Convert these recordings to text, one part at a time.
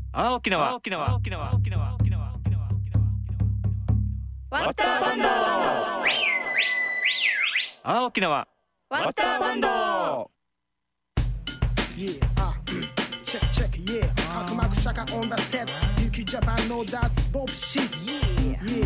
沖縄ワッターバンド沖縄ワッターバンド Check, yeah. Kakumaku Shaka on the set. Yuki Japan know that Bob shit. Yeah.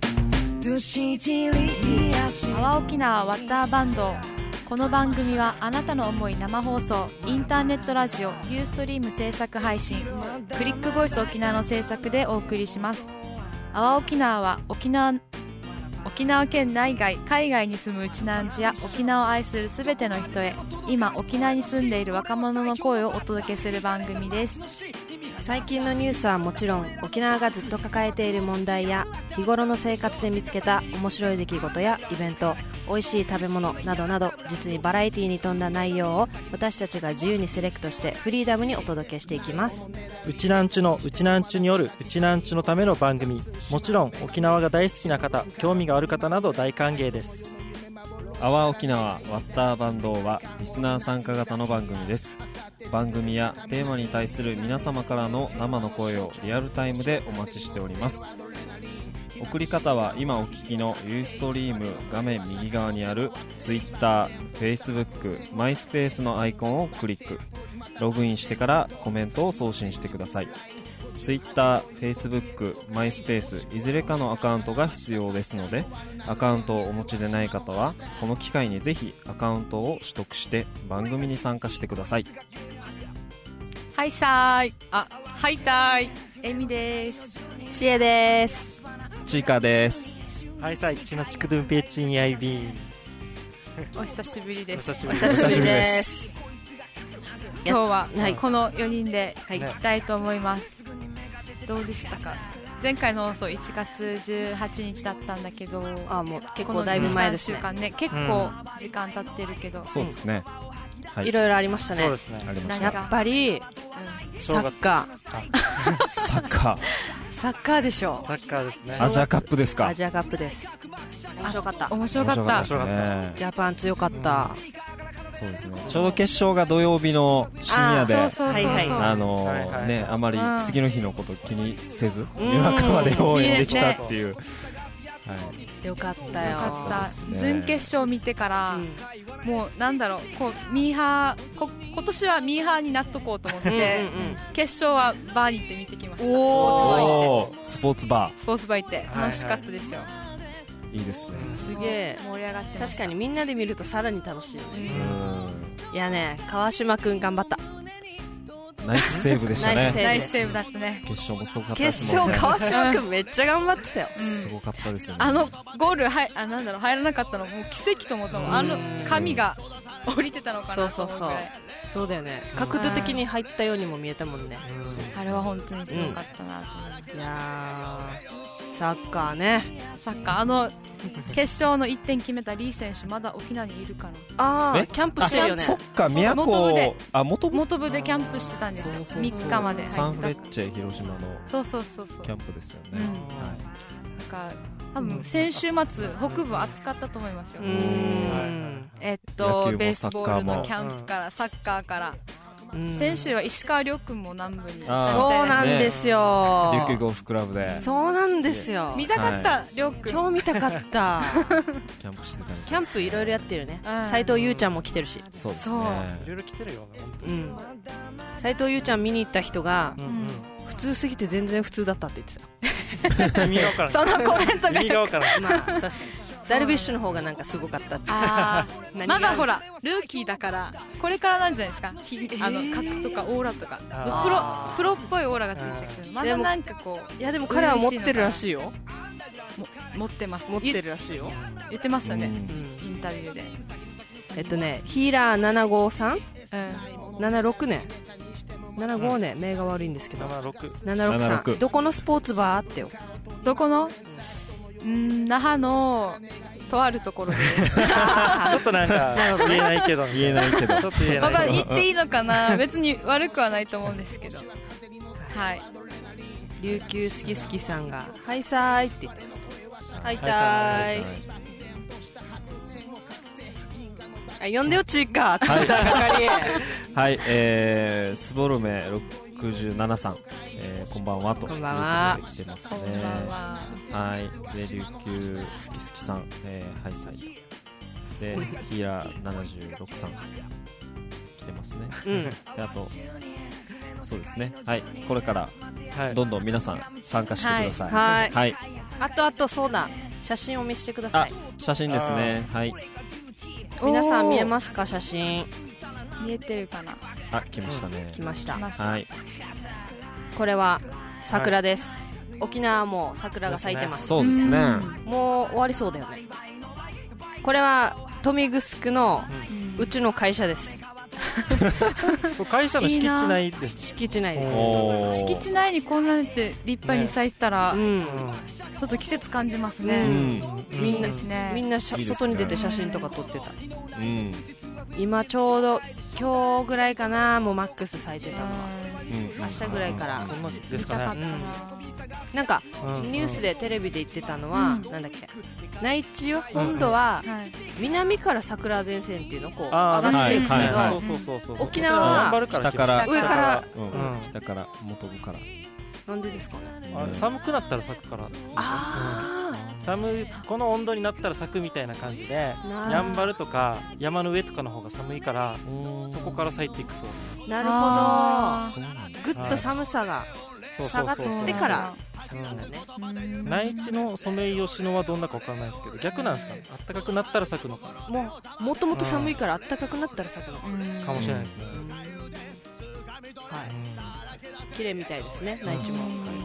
阿波沖縄ワッターバンド。この番組はあなたの思い生放送、インターネットラジオ、ユーストリーム制作配信、クリックボイス沖縄の制作でお送りします。阿波沖縄は沖縄県内外、海外に住むうちなんちや沖縄を愛するすべての人へ、今沖縄に住んでいる若者の声をお届けする番組です。 最近のニュースはもちろん、沖縄がずっと抱えている問題や日頃の生活で見つけた面白い出来事やイベント、美味しい食べ物などなど、実にバラエティに富んだ内容を私たちが自由にセレクトしてフリーダムにお届けしていきます。 うちなんちゅのうちなんちゅによるうちなんちゅのための番組、もちろん沖縄が大好きな方、興味がある方など大歓迎です。 阿波沖縄ワッターバンドはリスナー参加型の番組です。番組やテーマに対する皆様からの生の声をリアルタイムでお待ちしております。送り方は今お聞きのユーストリーム画面右側にある Twitter、Facebook、MySpace のアイコンをクリック、ログインしてからコメントを送信してください。Twitter、Facebook、MySpace いずれかのアカウントが必要ですので、アカウントをお持ちでない方はこの機会にぜひアカウントを取得して番組に参加してください。 はいさーい、はいたーい、エミです。 ちえです。 ちいかです。 はいさい、ちのちくどんぺちんやいびん。 お久しぶりです。 お久しぶりです。 今日は、この4人でいきたいと思います。どうでしたか？前回の放送1月18日だったんだけど、 もう結構だいぶ前ですね。 この 2,3 週間ね、結構時間経ってるけど、 そうですね、 いろいろありましたね。 そうですね、 ありました。 やっぱり、サッカーでしょ。 サッカーですね。 アジアカップですか？ アジアカップです。面白かった。 面白かった。 ですね。 ジャパン強かった。 そうですね。ちょうど決勝が土曜日の深夜で、あまり次の日のこと気にせず夜中まで応援できたっていう。 よかったよ。 よかった。準決勝見てから、もうなんだろう、こうミーハー、今年はミーハーになっとこうと思って、決勝はバーに行って見てきました。スポーツバー行って楽しかったですよ。 いいですね。 すげえ盛り上がってました。 確かにみんなで見るとさらに楽しいよね。いやね、川島くん頑張った。 ナイスセーブでしたね。 ナイスセーブだったね。 決勝もすごかったですもんね。決勝川島くんめっちゃ頑張ってたよ。 すごかったですよね。 ゴール入らなかったのもう奇跡と思ったもん。髪が降りてたのかなと思うぐらい。 そうだよね。角度的に入ったようにも見えたもんね。 あれは本当にすごかったなと思います。 いやー、サッカーね。 サッカー決勝の1点決めたリー選手まだ沖縄にいるから。 キャンプしてるよね。 そっか、宮古元部ででキャンプしてたんですよ。3日までサンフレッチェ広島のそうキャンプですよね。 なんか多分先週末北部暑かったと思いますよ。ベースボールのキャンプからサッカーから。先週は石川遼君も南部に。そうなんですよ。 琉球ゴルフクラブで。 そうなんですよ。 見たかった遼君。 超見たかった。 キャンプしてた。 キャンプいろいろやってるね。斉藤優ちゃんも来てるし。 そうですね。 いろいろ来てるよね。 斉藤優ちゃん見に行った人が普通すぎて全然普通だったって言ってた。 意味が分からん。そのコメントが。 意味が分からん。 まあ確かに。ダルビッシュの方がなんかすごかったって。 まだほらルーキーだからこれからなんじゃないですか。角とかオーラとかプロっぽいオーラがついてくる。まだなんかこう。 いやでも彼は持ってるらしいよ。 持ってます。 持ってるらしいよ。 言ってましたね。インタビューで。 ヒーラー753、76年75年、目が悪いんですけど、763どこのスポーツバーってよ。 どこの那覇のとあるところでちょっとなんか言えないけどちょっと言えないけど言っていいのかな。別に悪くはないと思うんですけど。はい。 琉球好き好きさんがはいさーいって言ってます。はいたーい。呼んでよちーか。 はい、スボルメ 67さん、こんばんはということで来てますね。 こんばんは。 はい。で琉球すきすきさん、ハイサイとでヒーラー76さん来てますね。であとそうですね、はい、これからどんどん皆さん参加してください。 はい、 はい、 あとそうだ、写真を見せてください。 写真ですね。はい、 皆さん見えますか？写真見えてるかな。 来ましたね。 来ました。 はい、 これは桜です、沖縄も桜が咲いてます。 そうですね。 もう終わりそうだよね。これは豊見城のうちの会社です。 会社の敷地内です。 敷地内です。 敷地内にこんなにって立派に咲いたら、ちょっと季節感じますね。みんなですね。 みんな外に出て写真とか撮ってた。今ちょうど今日ぐらいかな、もうマックス咲いてたのは。明日ぐらいから見たかったな。 なんかニュースでテレビで言ってたのは、なんだっけ、内地よ本土は南から桜前線っていうのをこう上がってるんですけど、沖縄は北から上から北から元部から。 なんでですかね。 寒くなったら咲くから。この温度になったら咲くみたいな感じで、やんばるとか山の上とかの方が寒いから、そこから咲いていくそうです。 なるほど。ぐっと寒さが下がってから咲くんだね。 内地のソメイヨシノはどんなか分からないですけど、逆なんですかね。暖かくなったら咲くのかな。 もともと寒いから暖かくなったら咲くのかもしれないですね。 はい、綺麗みたいですね、内地も。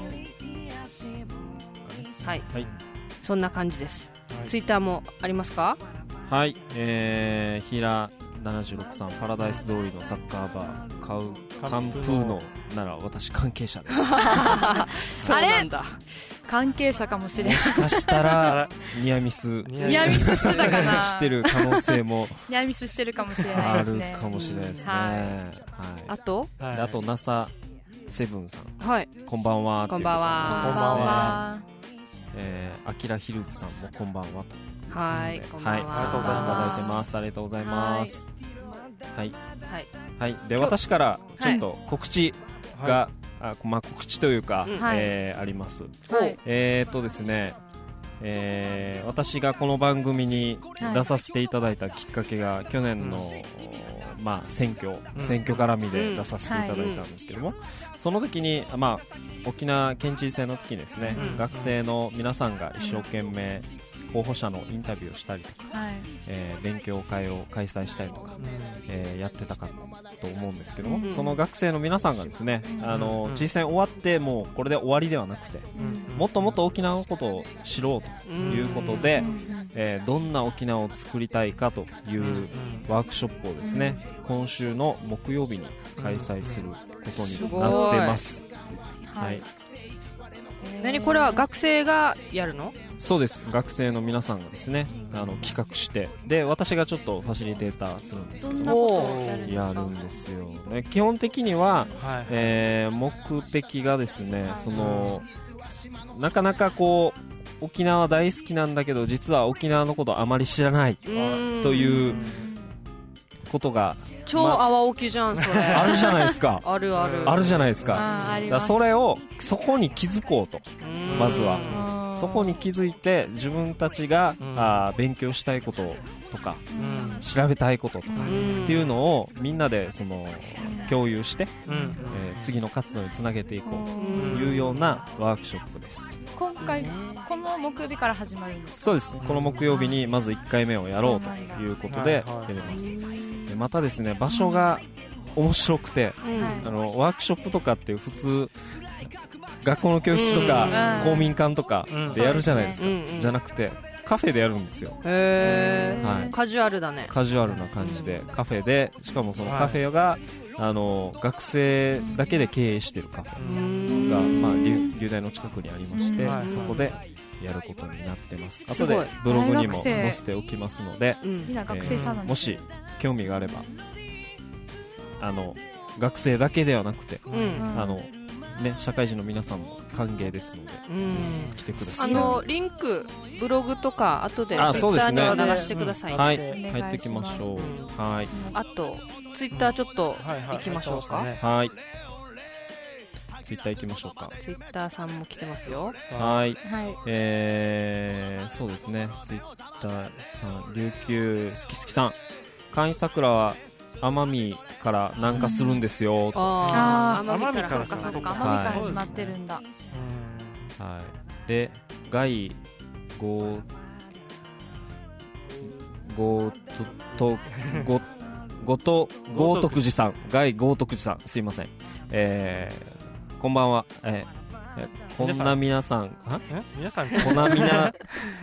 はい、そんな感じです。ツイッターもありますか？ はい、ヒーラー76さん、パラダイス通りのサッカーバーカンプーノなら私関係者です。 そうなんだ。 関係者かもしれない。 もしかしたらニアミスしてたかな。 してる可能性もニアミスしてるかもしれないですね。 あるかもしれないですね。 あと NASA7 さん、 はい、 こんばんは。 こんばんは。 こんばんは。 アキラヒルズさんもこんばんはと。 はい、こんばんは。 ありがとうございます。ありがとうございます。はいはい。で私からちょっと告知が、告知というか、あります。ですね、私がこの番組に出させていただいたきっかけが、去年の選挙絡みで出させていただいたんですけども、その時に、沖縄県知事選の時にですね、学生の皆さんが一生懸命候補者のインタビューをしたりとか、勉強会を開催したりとか、やってたかと思うんですけども、その学生の皆さんがですね、知事選終わってもうこれで終わりではなくて、もっともっと沖縄のことを知ろうということで、どんな沖縄を作りたいかというワークショップをですね、今週の木曜日に開催することになってます。はい。 何これは学生がやるの？ そうです、学生の皆さんがですね、企画して、で私がちょっとファシリテーターするんですけども、やるんですよ。基本的には、目的がですね、なかなかこう沖縄大好きなんだけど実は沖縄のことあまり知らないということが超泡沖じゃんそれ。 あるじゃないですか。 あるじゃないですか。そこに気づこうと、まずはそこに気づいて、自分たちが、勉強したいこととか、調べたいこととかっていうのをみんなで共有して、次の活動につなげていこうというようなワークショップです。 今回この木曜日から始まるんですか？ そうです。この木曜日にまず1回目をやろうということでやります。またですね、場所が面白くて、ワークショップとかって普通学校の教室とか公民館とかでやるじゃないですか。じゃなくてカフェでやるんですよ。 カジュアルだね。 カジュアルな感じでカフェで、しかもそのカフェが学生だけで経営しているカフェが、流大の近くにありまして、そこでやることになってます。後でブログにも載せておきますので、もし興味があれば学生だけではなくて、社会人の皆さんも歓迎ですので、来てください。 リンクブログとか後でツイッターには流してください。 はい、入ってきましょう。はい。 あとツイッターちょっと行きましょうか。 はい。 ツイッター行きましょうか。 ツイッターさんも来てますよ。 はい、 はい、 そうですね、ツイッターさん、琉球好き好きさん、簡易桜は奄美から南下するんですよ、 あ奄美からそうかそうか、奄美から始まってるんだ。 はい、でガイゴー徳寺さん、ガイゴー徳寺さん、すいません、こんばんは、こんな皆さん、 皆さんこなみな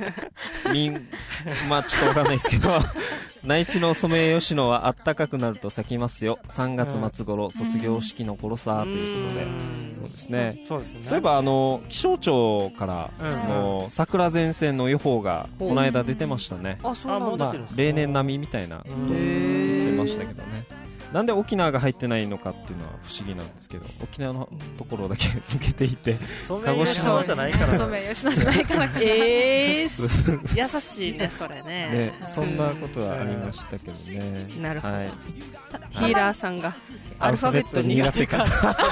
まあちょっとわかんないですけど内地のソメイヨシノはあったかくなると咲きますよ、3月末頃、卒業式の頃さということで、そうですね。そういえば気象庁からその桜前線の予報がこの間出てましたね。 あ、そうなんだ。 例年並みみたいなことを言ってましたけどね。なんで沖縄が入ってないのかっていうのは不思議なんですけど、沖縄のところだけ抜けていて、 鹿児島じゃないからそうめん吉野じゃないから優しいねそれね。 そんなことはありましたけどね。 なるほど、 はい、 ヒーラーさんがアルファベット苦手か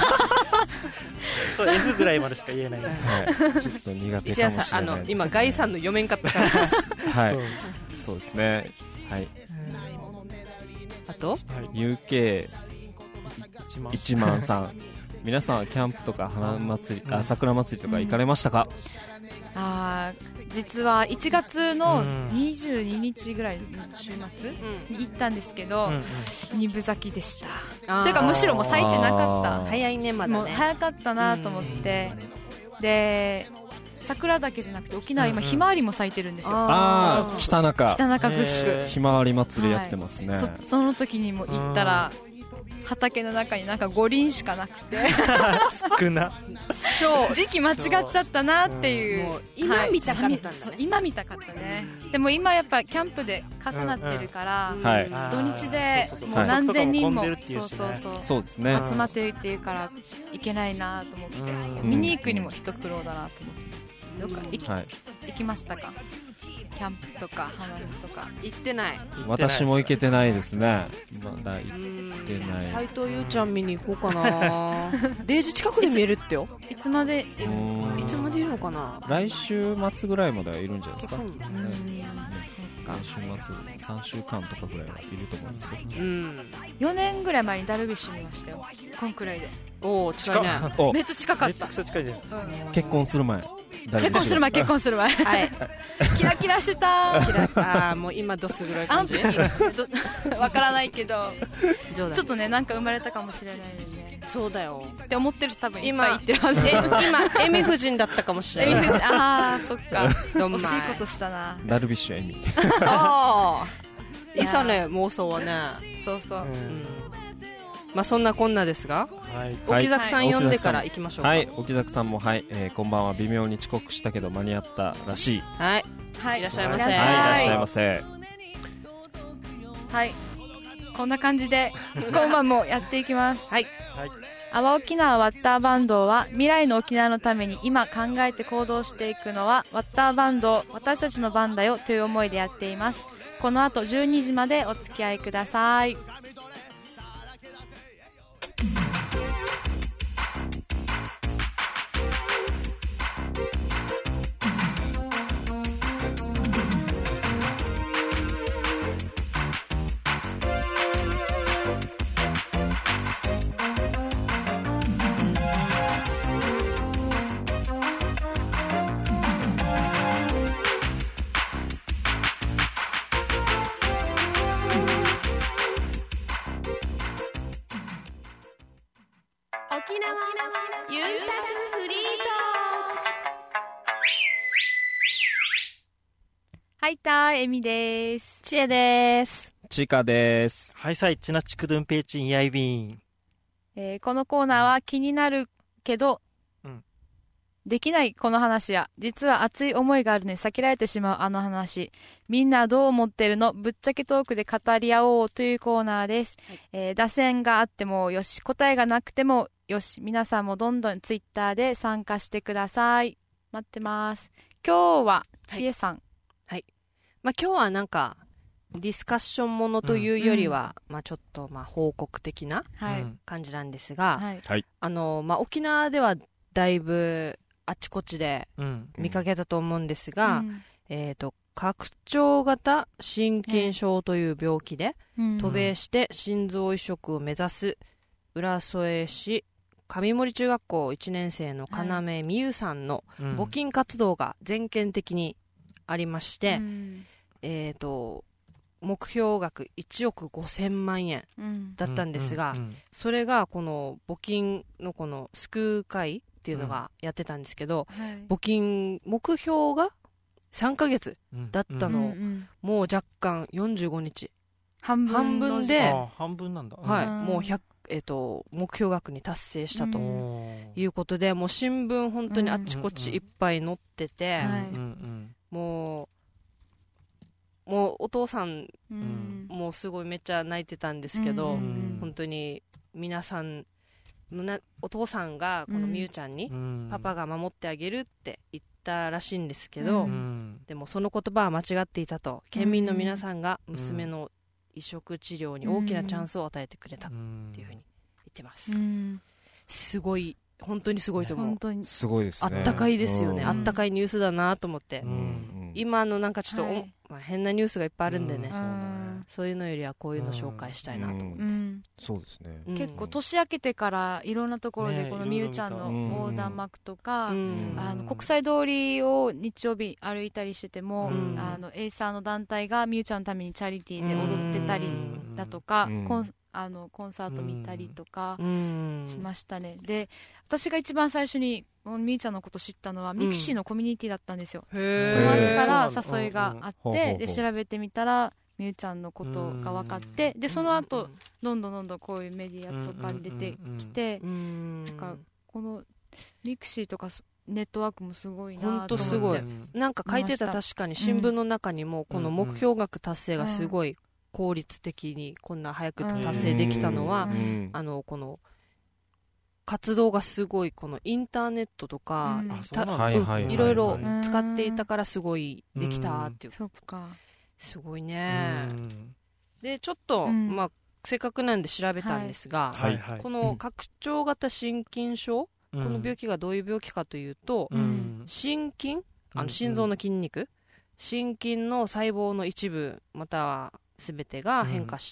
F ぐらいまでしか言えない、 はい、ちょっと苦手かもしれないですね。 今ガイさんの読めんかったからはい、そうですね。はい、 あと、 UK 1万さん、皆さんはキャンプとか花祭り、桜祭りとか行かれましたか？ 実は1月の22日ぐらいの週末に行ったんですけど、2分咲きでした。というかむしろもう咲いてなかった。 早いね、まだね。 もう早かったなと思って、で桜だけじゃなくて沖縄今ひまわりも咲いてるんですよ。 北中グッシュひまわり祭りやってますね。 その時にも行ったら畑の中になんか5輪しかなくて少な時期間違っちゃったなっていう、 今見たかったんだね。 今見たかったね。でも今やっぱキャンプで重なってるから、土日でもう何千人もそうですね、 集まってるっていうから行けないなと思って、見に行くにも一苦労だなと思って。どっか行きましたか？キャンプとか花見とか。 行ってない。 私も行けてないですね。まだ行ってない。 斉藤優ちゃん見に行こうかなデイジ近くで見えるってよ。 いつまでいるのかな。 来週末ぐらいまではいるんじゃないですか。来週末3週間とかぐらいはいると思うんですよ。 4年ぐらい前にダルビッシュ見ましたよ、こんくらいで。 おお、近いね。 めっちゃ近かった。 めちゃくちゃ近いじゃん。 結婚する前結婚する前はいキラキラしてた。 もう今どすぐらい感じ。 わからないけどちょっとね、なんか生まれたかもしれないのでね。 そうだよって思ってる人多分いっぱい言ってるはず。 今エミ夫人だったかもしれない。 そっか惜しいことしたな。 ダルビッシュエミいいさね、妄想はね。 そうそう、 まあそんなこんなですが、沖崎さん呼んでから行きましょうか。 はい、沖崎さんも、こんばんは。微妙に遅刻したけど間に合ったらしい。 はい、いらっしゃいませ。 いらっしゃいませ。 はい、こんな感じで今晩もやっていきます。はい、阿波沖縄ワッターバンドは未来の沖縄のために今考えて行動していくのはワッターバンド、私たちの番だよという思いでやっています。この後12時までお付き合いください。 沖縄ゆるたくフリートーク。 はいたー、エミです。 ちえです。 ちかです。 はいさい、ちなちくどんぺいちんやいびん。 このコーナーは気になるけど、できないこの話や、実は熱い思いがあるのに避けられてしまうあの話、みんなどう思ってるの、ぶっちゃけトークで語り合おうというコーナーです。打線があってもよし、答えがなくてもよし、皆さんもどんどんツイッターで参加してください。待ってます。今日はちえさん。 まあ、今日はなんかディスカッションものというよりは、まあ、ちょっとまあ報告的なはい感じなんですが、 はいまあ、沖縄ではだいぶあちこちで見かけたと思うんですが、拡張型心筋症という病気で渡米して心臓移植を目指す浦添市上森中学校1年生の要美優さんの募金活動が全県的にありまして、目標額1億5000万円だったんですが、それがこの募金のこの救う会っていうのがやってたんですけど、募金目標が3ヶ月だったのを、もう若干45日半分で半分なんだ、 はい、もう目標額に達成したということで、もう新聞本当にあっちこっちいっぱい載ってて、もうお父さんもすごいめっちゃ泣いてたんですけど、本当に皆さんお父さんがこのみゆちゃんにパパが守ってあげるって言ったらしいんですけど、でもその言葉は間違っていたと、県民の皆さんが娘の移植治療に大きなチャンスを与えてくれたっていうふうに言ってます。すごい、本当にすごいと思う。 本当にすごいですね。 あったかいですよね。あったかいニュースだなと思って、今のなんかちょっと、まあ、変なニュースがいっぱいあるんでね、そういうのよりはこういうの紹介したいなと思って、 そうですね。 結構年明けてからいろんなところでこのみゆちゃんの横断幕とか、国際通りを日曜日歩いたりしてても、エイサーの団体がみゆちゃんのためにチャリティーで踊ってたりだとか、コンサート見たりとかしましたね。で、私が一番最初にみゆちゃんのこと知ったのはミクシーのコミュニティだったんですよ。友達から誘いがあって、で調べてみたらみゆちゃんのことが分かって、でその後どんどんこういうメディアとかに出てきて、なんかこのミクシーとかネットワークもすごいなと思って。 本当すごい。なんか書いてた、確かに新聞の中にもこの目標額達成がすごい効率的にこんな早く達成できたのは、この活動がすごいこのインターネットとかいろいろ使っていたからすごいできたっていう。 そっか、 すごいね。でちょっと、まあせっかくなんで調べたんですが、この拡張型心筋症、この病気がどういう病気かというと、心筋、心臓の筋肉、心筋の細胞の一部または全てが変化して、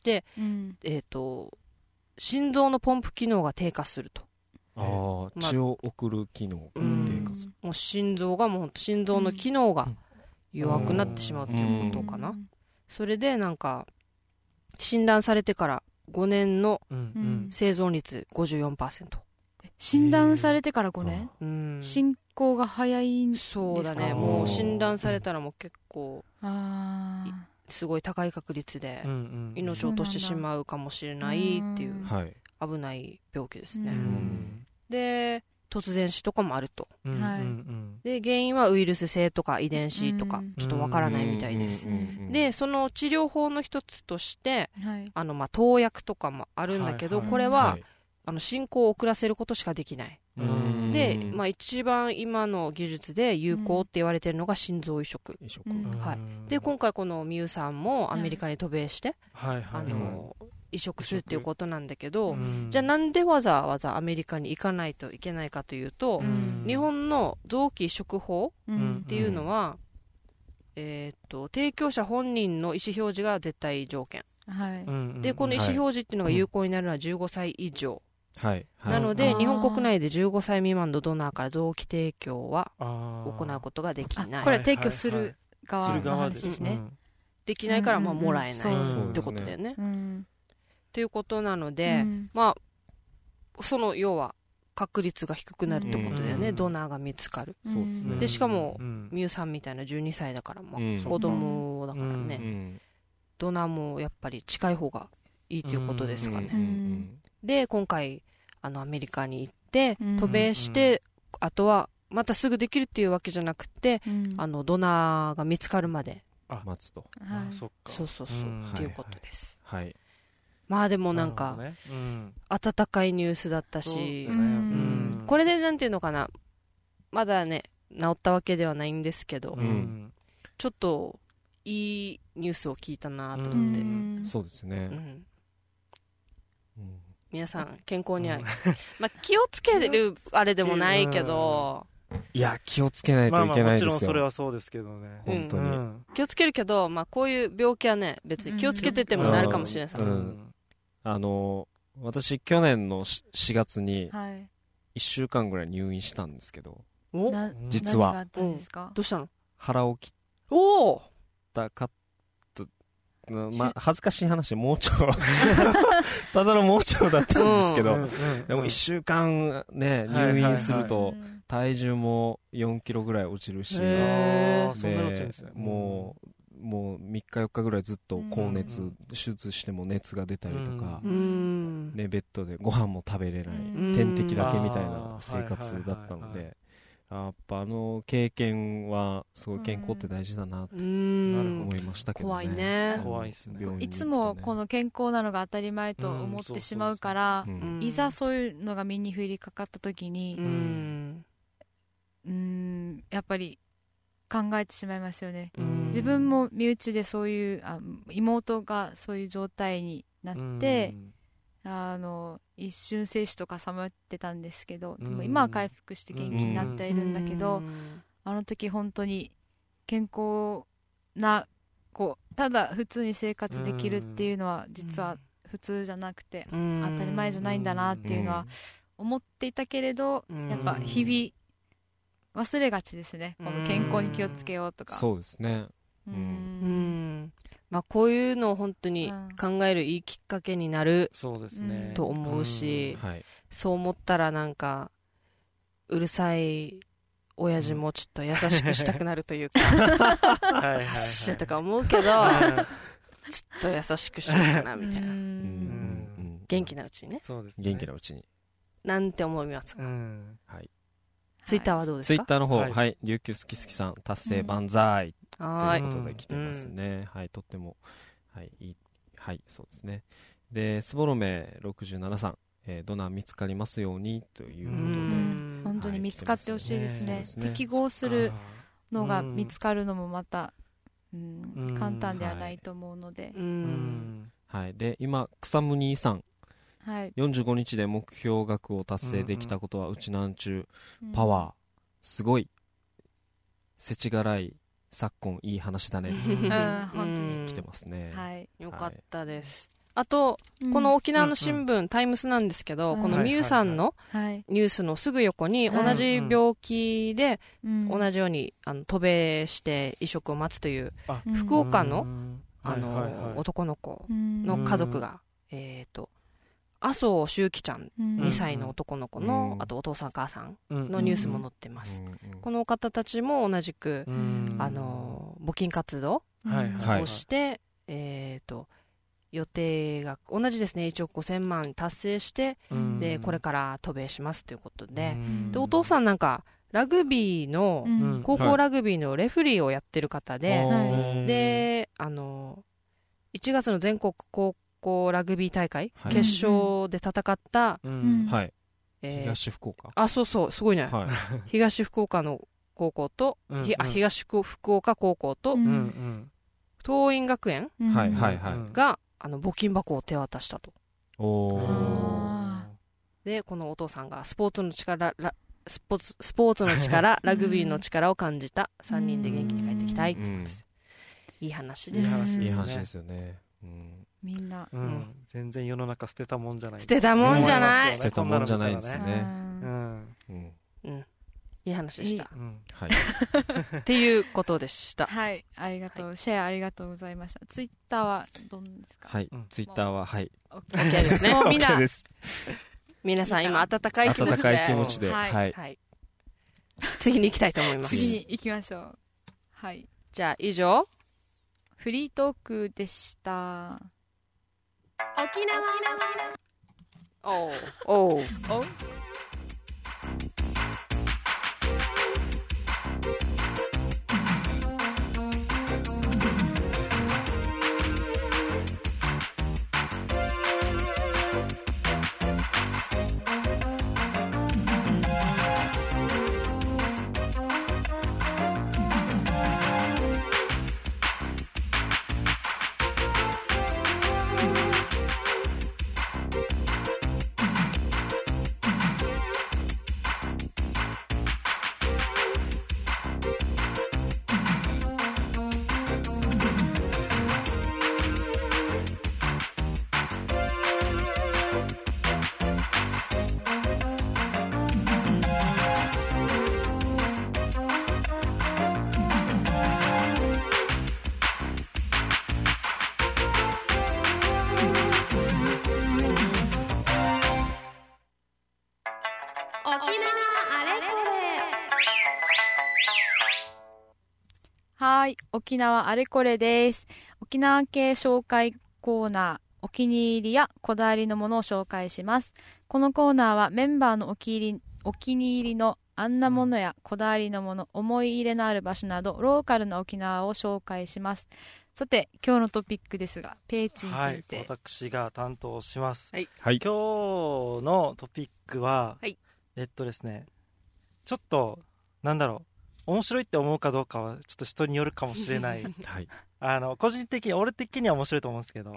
心臓のポンプ機能が低下すると。 血を送る機能が低下する。 もう心臓がもう心臓の機能が弱くなってしまうということかな。それでなんか診断されてから5年の生存率 54%。 診断されてから5年、進行が早いんですか？ そうだね。もう診断されたらもう結構すごい高い確率で命を落としてしまうかもしれないっていう危ない病気ですね。で突然死とかもあると。で原因はウイルス性とか遺伝子とかちょっとわからないみたいです。でその治療法の一つとしてまあ投薬とかもあるんだけど、これは進行を遅らせることしかできない。で、まあ、一番今の技術で有効って言われているのが心臓移植。で今回このみゆさんもアメリカに渡米して、移植するっていうことなんだけど、じゃあなんでわざわざアメリカに行かないといけないかというと、日本の臓器移植法っていうのは、提供者本人の意思表示が絶対条件、でこの意思表示っていうのが有効になるのは15歳以上、なので日本国内で15歳未満のドナーから臓器提供は行うことができない。 これは提供する側の話ですね。 できないからまあもらえないってことだよね。ということなので、まあその要は確率が低くなるってことだよね。ドナーが見つかる。でしかもみゆさんみたいな12歳だから、まあ子供だからね、ドナーもやっぱり近い方がいいということですかね。で今回アメリカに行って渡米して、あとはまたすぐできるっていうわけじゃなくて、ドナーが見つかるまで待つと。 そうっていうことです。まあでもなんか温かいニュースだったし、これでなんていうのかな、まだね治ったわけではないんですけど、ちょっといいニュースを聞いたなと思って、 そうですね、 皆さん健康には、まあ、気をつけるあれでもないけど、 いや気をつけないといけないですよ。 もちろんそれはそうですけどね、 本当に、 気をつけるけど、まあ、こういう病気はね別に気をつけててもなるかもしれないさ、 私去年の4月に1週間ぐらい入院したんですけど、実は何があったんですか？ どうしたの？ 腹を切おったかと、まあ、恥ずかしい話、盲腸ただの盲腸だったんですけど、でも1週間ね入院すると体重も4キロぐらい落ちるし、もう3日4日ぐらいずっと高熱、手術しても熱が出たりとか、ね、ベッドでご飯も食べれない、点滴だけみたいな生活だったので、やっぱ経験はすごい健康って大事だなって思いましたけどね。 怖いね。 怖いですね。 いつもこの健康なのが当たり前と思ってしまうから、いざそういうのが身に降りかかった時に、やっぱり考えてしまいますよね。自分も身内でそういう妹がそういう状態になって一瞬生死とかさまってたんですけど、でも今は回復して元気になっているんだけど、あの時本当に健康なただ普通に生活できるっていうのは実は普通じゃなくて当たり前じゃないんだなっていうのは思っていたけれど、やっぱ日々忘れがちですね。この健康に気をつけようとか。 そうですね。 まあ、こういうのを本当に考えるいいきっかけになると思うし、そう思ったらなんかうるさい親父もちょっと優しくしたくなるというかシェとか思うけどちょっと優しくしようかなみたいな、元気なうちにね、 元気なうちになんて思いますか。ツイッターはどうですか？ ツイッターの方、琉球すきすきさん達成万歳ということで来てますね。とってもいい、そうですね。でスボロメ67さん、ドナー見つかりますようにということで、 本当に見つかってほしいですね。適合するのが見つかるのもまた簡単ではないと思うので、 で今草むにさん、45日で目標額を達成できたことはうちなんちゅうパワー、すごいせちがらい昨今いい話だね本当に来てますね。 よかったです。あとこの沖縄の新聞タイムスなんですけど、このミュウさんのニュースのすぐ横に同じ病気で同じように渡米して移植を待つという福岡の男の子の家族が麻生周希ちゃん2歳の男の子のあとお父さんお母さんのニュースも載ってます。この方たちも同じく募金活動をして予定が同じですね。1億5000万達成してでこれから渡米しますということで、お父さんなんかラグビーの高校ラグビーのレフリーをやってる方で、で1月の全国高校ラグビー大会決勝で戦った東福岡、 そうすごいね、東福岡の高校と東福岡高校と桐蔭学園が募金箱を手渡したと。でこのお父さんがスポーツの力ラグビーの力を感じた3人で元気に帰ってきたいってことです。いい話です。 いい話ですよね。 みんな全然世の中捨てたもんじゃない。 捨てたもんじゃない。 捨てたもんじゃないですね。 いい話でした。っていうことでした。 ありがとう。シェアありがとうございました。ツイッターはどんですか？ ツイッターは OK ですね。もうみんな皆さん今温かい気持ちで次に行きたいと思います。 次に行きましょう。 じゃあ以上フリートークでした。 沖縄おうあれこはい、沖縄あれこれです。沖縄系紹介コーナー、お気に入りやこだわりのものを紹介します。このコーナーはメンバーのお気に入りのあんなものやこだわりのもの、思い入れのある場所などローカルな沖縄を紹介します。さて今日のトピックですが、ペイチン先生、 はい、私が担当します、 はい、 はい、 今日のトピックは、 はい、 ですね、ちょっとなんだろう、面白いって思うかどうかはちょっと人によるかもしれないはい、 個人的に俺的には面白いと思うんですけど、 はい、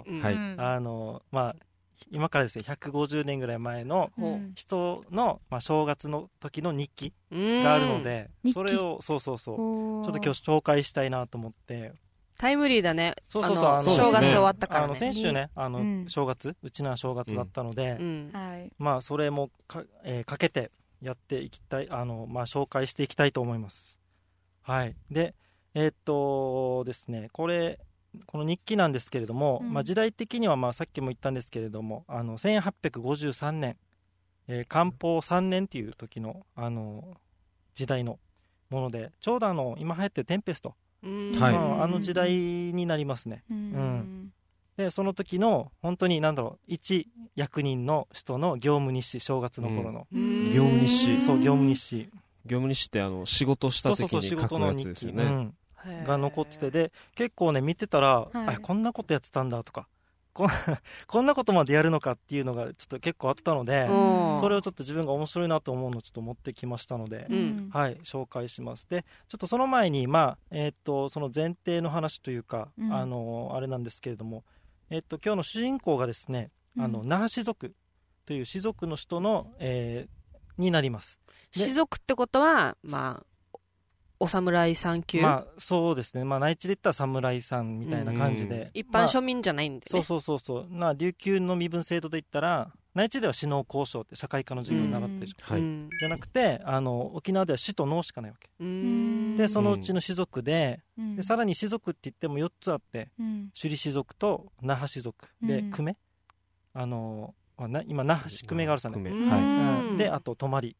まあ今からですね150年ぐらい前の人の、正月の時の日記があるので、それをそうちょっと今日紹介したいなと思って。 タイムリーだね。 そう正月終わったからね。 先週ね正月、うちのは正月だったので、それもかけてやっていきたい、紹介していきたいと思います。はい。でですね、この日記なんですけれども、時代的にはさっきも言ったんですけれども、1853年、寛保3年っていう時の時代のもので、ちょうど今流行ってるテンペスト、時代になりますね。でその時の本当に一役人の人の業務日誌、正月の頃の業務日誌、 そう業務日誌、 業務日誌って仕事した時に書くやつですよね。 が残ってて、で結構ね見てたら、こんなことやってたんだとか、こんなことまでやるのかっていうのがちょっと結構あったので、それをちょっと自分が面白いなと思うのをちょっと持ってきましたので、はい、紹介します。でちょっとその前にその前提の話というか、あれなんですけれども、今日の主人公がですね、那覇士族という士族の人の、になります。 士族ってことはお侍さん級、 そうですね、内地で言ったら侍さんみたいな感じで、 一般庶民じゃないんでね。 そう琉球の身分制度で言ったら、内地では士農工商って社会科の授業に習ってるでしょ、じゃなくて沖縄では士と農しかないわけで、そのうちの士族で、さらに士族って言っても4つあって、首里士族と那覇士族で、久米、今那覇市久米があるさね、であと泊の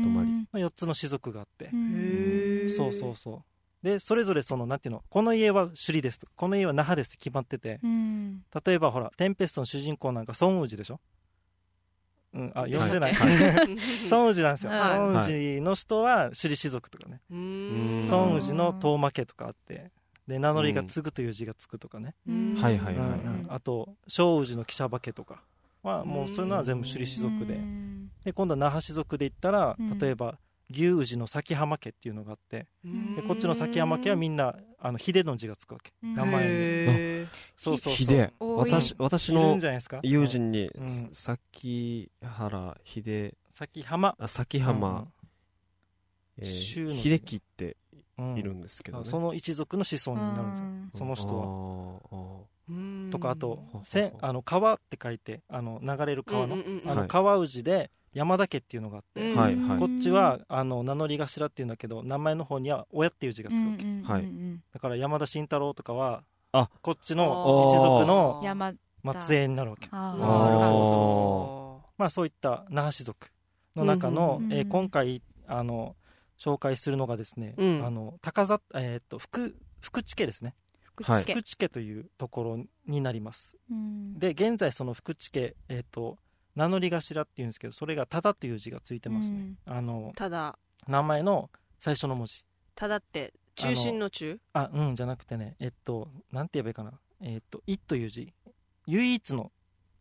4つの士族があって、そうでそれぞれなんていうの、この家は首里ですと、この家は那覇ですって決まってて、例えばほらテンペストの主人公なんか孫宇治でしょ、読んでない、孫宇治なんですよ。孫宇治の人は首里士族とかね、孫宇治の遠負けとかあって、で名乗りが継ぐという字がつくとかね、あと小宇治の汽車化けとかはもうそういうのは全部首里士族で、今度は那覇士族で言ったら、例えば牛宇治の崎浜家っていうのがあって、でこっちの崎浜家はみんな秀の字がつくわけ、名前に。 秀、私の友人に崎原秀、崎浜秀樹っているんですけどね、 その一族の子孫になるんですよ、その人は。とか、あと川って書いて流れる川の川宇治で山田家っていうのがあって、こっちは名乗り頭っていうんだけど、名前の方には親っていう字がつくわけ、だから山田慎太郎とかはこっちの一族の末裔になるわけ。そういった那覇士族の中の、今回紹介するのがですね、福地家ですね。福地家というところになります。で現在その福地家、名乗り頭っていうんですけど、それがただという字がついてますね。 ただ、 名前の最初の文字。 ただって中心の中？ じゃなくてね、なんて言えばいいかな、いという字、唯一の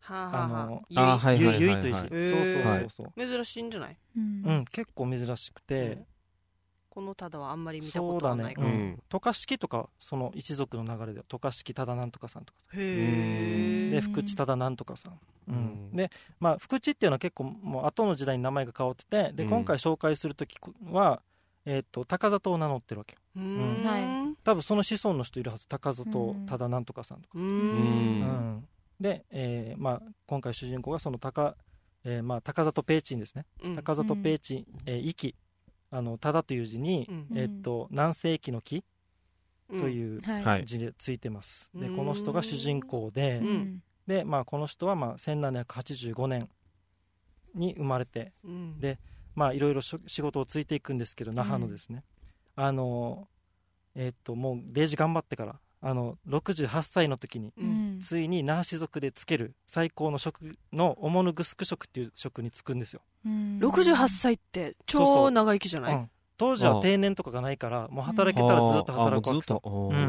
唯という字、そう珍しいんじゃない？ 結構珍しくて、 このただはあんまり見たことはないかも。 渡嘉敷とかその一族の流れでは渡嘉敷ただなんとかさんとかで福地ただなんとかさん、で福地っていうのは結構もう後の時代に名前が変わってて、で今回紹介するときは高里を名乗ってるわけよ。多分その子孫の人いるはず、高里ただなんとかさんとか。で今回主人公がその高里ペイチンですね。高里ペイチン息、ただという字に、南西期の木という字でついてます。でこの人が主人公で、この人は1785年に生まれて、でまあいろいろ仕事をついていくんですけど、那覇のですね、もうデージ頑張ってから68歳の時に、ついに那覇士族でつける最高の職のオモヌグスク職っていう職に就くんですよ。 68歳って超長生きじゃない？ 当時は定年とかがないからもう働けたらずっと働くわけさ。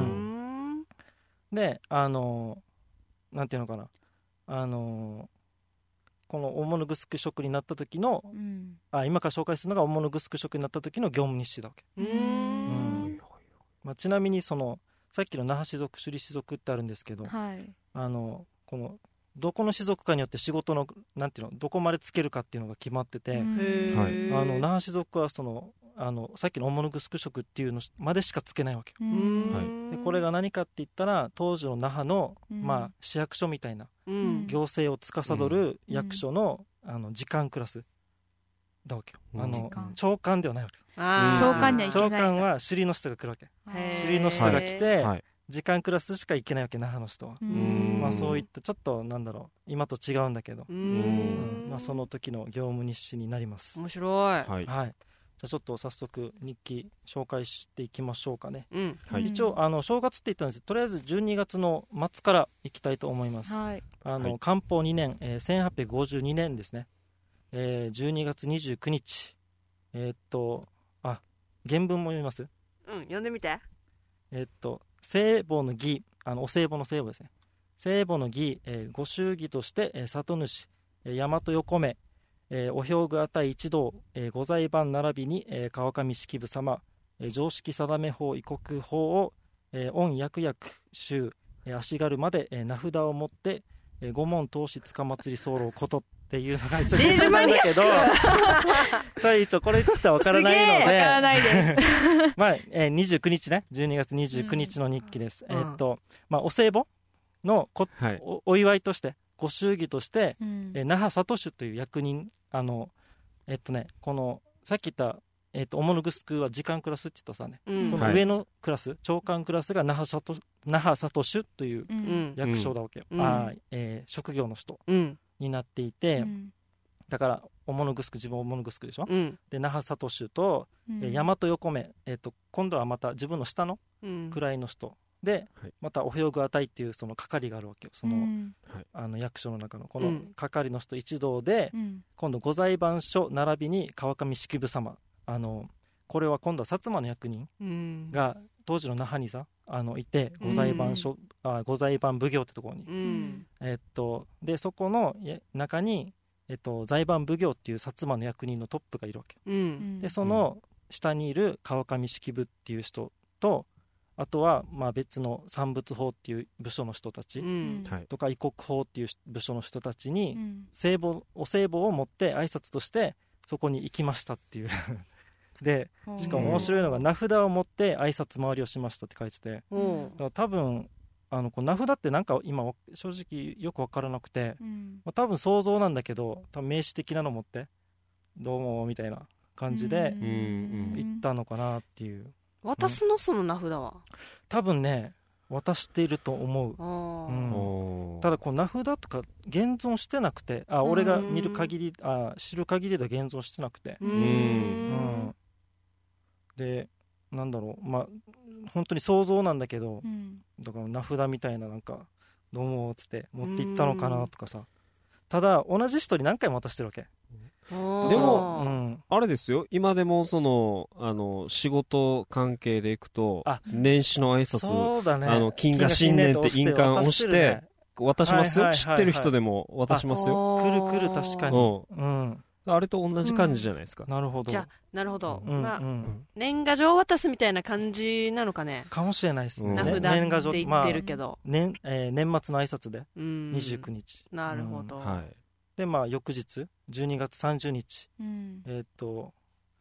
でなんていうのかな、このオモヌグスク職になった時の、今から紹介するのがオモヌグスク職になった時の業務日誌だわけ。まあ、ちなみにさっきの那覇士族首里士族ってあるんですけど、このどこの士族かによって仕事のなんていうのどこまでつけるかっていうのが決まってて、那覇士族はさっきのオモヌグスク職っていうのまでしかつけないわけよ。でこれが何かって言ったら当時の那覇の、まあ、市役所みたいな、行政を司る役所の、次官クラスだわけよ。長官ではないわけ。 長官にはいけない。 長官は首里の人が来るわけ。首里の人が来て、時間クラスしか行けないわけ、那覇の人は。まあ、そういったちょっとなんだろう今と違うんだけど、まあ、その時の業務日誌になります。 面白い。 じゃあちょっと早速日記紹介していきましょうかね。一応正月って言ったんですけど、とりあえず12月の末から行きたいと思います。官報2年、1852年ですね。12月29日原文も読みます。 読んでみて。 聖母の儀、お歳暮の聖母ですね。聖母の儀、ご祝儀として、里主、大和横目、お兵具あたい一同、御在番並びに、川上式部様、常識定め法異国法を、御役々衆、足軽まで、名札を持って、御門投資つか祭り候ことっていうのが一応なんだけど一応これって分からないので分からないですまあ、29日ね、12月29日の日記です。まあ、お歳暮のお祝いとしてご祝儀として、那覇里主という役人このさっき言ったオモヌグスクは時間クラスって言ったさね、その上のクラス、長官クラスが那覇里主という役所だわけよ。職業の人になっていて、だからオモヌグスク、自分オモヌグスクでしょ、で那覇里主と、大和横目、今度はまた自分の下の位の人で、またお兵具あたいっていうその係があるわけよ。その、役所の中のこの係の人一同で、今度御在番所並びに川上式部様、これは今度は薩摩の役人が当時の那覇にさいて、御在番奉行ってところに、でそこの中に、在番奉行っていう薩摩の役人のトップがいるわけ、でその下にいる川上式部っていう人と、あとはまあ別の産物法っていう部署の人たちとか、異国法っていう部署の人たちにお歳暮を持って挨拶としてそこに行きましたっていうでしかも面白いのが名札を持って挨拶回りをしましたって書いてて、だから多分この名札ってなんか今正直よく分からなくて、多分想像なんだけど、多分名詞的なの持ってどうもみたいな感じで行ったのかなっていう。 渡すの、その名札は多分ね渡していると思う。ただこの名札とか現存してなくて、俺が見る限り知る限りでは現存してなくて、でなんだろう、まあ本当に想像なんだけど、だから名札みたいななんかどうもっつって持っていったのかなとかさ。ただ同じ人に何回も渡してるわけ。 でも、あれですよ、今でもその仕事関係でいくと年始の挨拶、 そうだね、 金河新年って印鑑を押して渡しますよ、知ってる人でも渡しますよ。 来る確かに、 あれと同じ感じじゃないですか。 なるほど。 じゃあなるほど、まあ年賀状渡すみたいな感じなのかね。 かもしれないですね。 名札って言ってるけど、 年末の挨拶で29日。 なるほど。 でまあ翌日12月30日、こ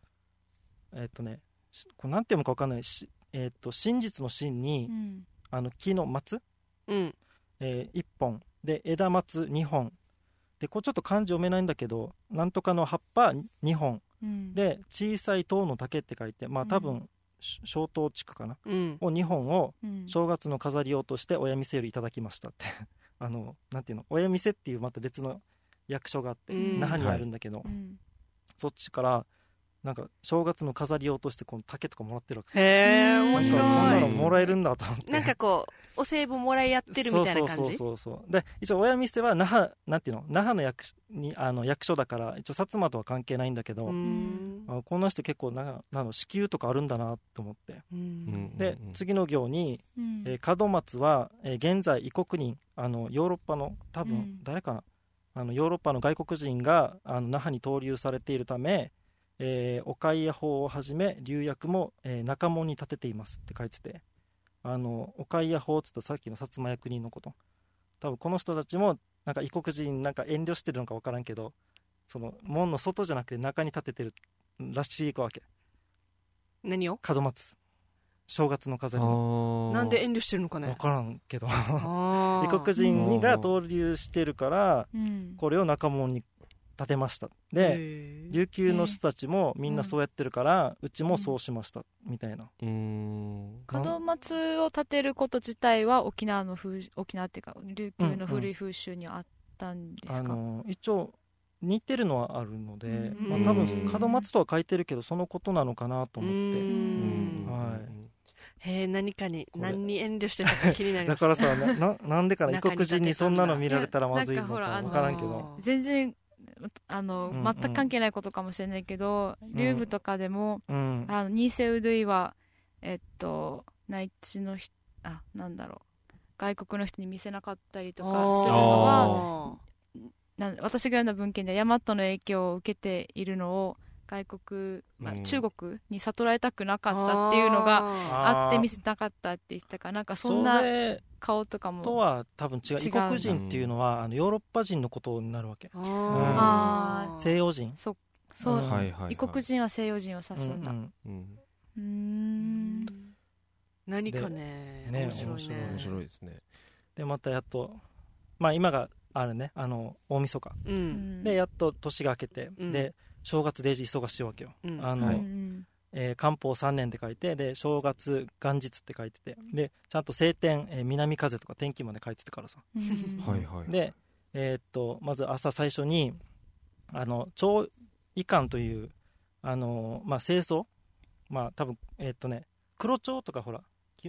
れなんて読むか分かんない。真実の真に、木の松、1本で枝松2本で、これちょっと漢字読めないんだけど、なんとかの葉っぱ2本、で小さい塔の竹って書いて、まあ多分小塔地区かな、を2本を正月の飾り用として親店よりいただきましたってなんていうの、親店っていうまた別の役所があって、那覇にあるんだけど、そっちからなんか正月の飾り用としてこの竹とかもらってるわけ。 へー、面白い。 こんなのもらえるんだと思って。 なんかこうお歳暮もらいやってるみたいな感じ。 そうで、一応親店は那覇の役所だから一応薩摩とは関係ないんだけど、こんな人結構支給とかあるんだなと思って。で次の行に、門松は、現在異国人ヨーロッパの多分、誰かな、ヨーロッパの外国人が那覇に投留されているため、お貝屋法をはじめ留役も、中門に立てていますって書いてて、お貝屋法っつったさっきの薩摩役人のこと、多分この人たちもなんか異国人なんか遠慮してるのか分からんけど、その門の外じゃなくて中に立ててるらしいわけ。 何を？ 門松、正月の飾り。 なんで遠慮してるのかね、 分からんけど異国人が投留してるから、これを中門に立てました。で琉球の人たちもみんなそうやってるから、うちもそうしましたみたいな。 門松を立てること自体は沖縄っていうか琉球の古い風習にはあったんですか？ 一応似てるのはあるので、多分門松とは書いてるけどそのことなのかなと思って。はい、 何に遠慮してたか気になります。 だからさ、なんでかな異国人にそんなの見られたらまずいのか分からんけど、 全然全く関係ないことかもしれないけど、竜部とかでも、ニーセウドゥイは内地のなんだろう、外国の人に見せなかったりとかするのは、私が読んだ文献で大和の影響を受けているのを外国、中国に悟られたくなかったっていうのがあって見せなかったって言ったから、なんかそんな顔とかもとは多分違う。異国人っていうのはヨーロッパ人のことになるわけ。西洋人。 そう、異国人は西洋人を指すんだ。 何かね、面白いですね。 でまたやっと、今があるね、大晦日、でやっと年が明けて、で正月デージ忙しいわけよ。漢方3年って書いて、で正月元日って書いてて、でちゃんと晴天、南風とか天気まで書いててからさ。でまず朝最初に長衣冠という清掃、多分黒蝶とかほら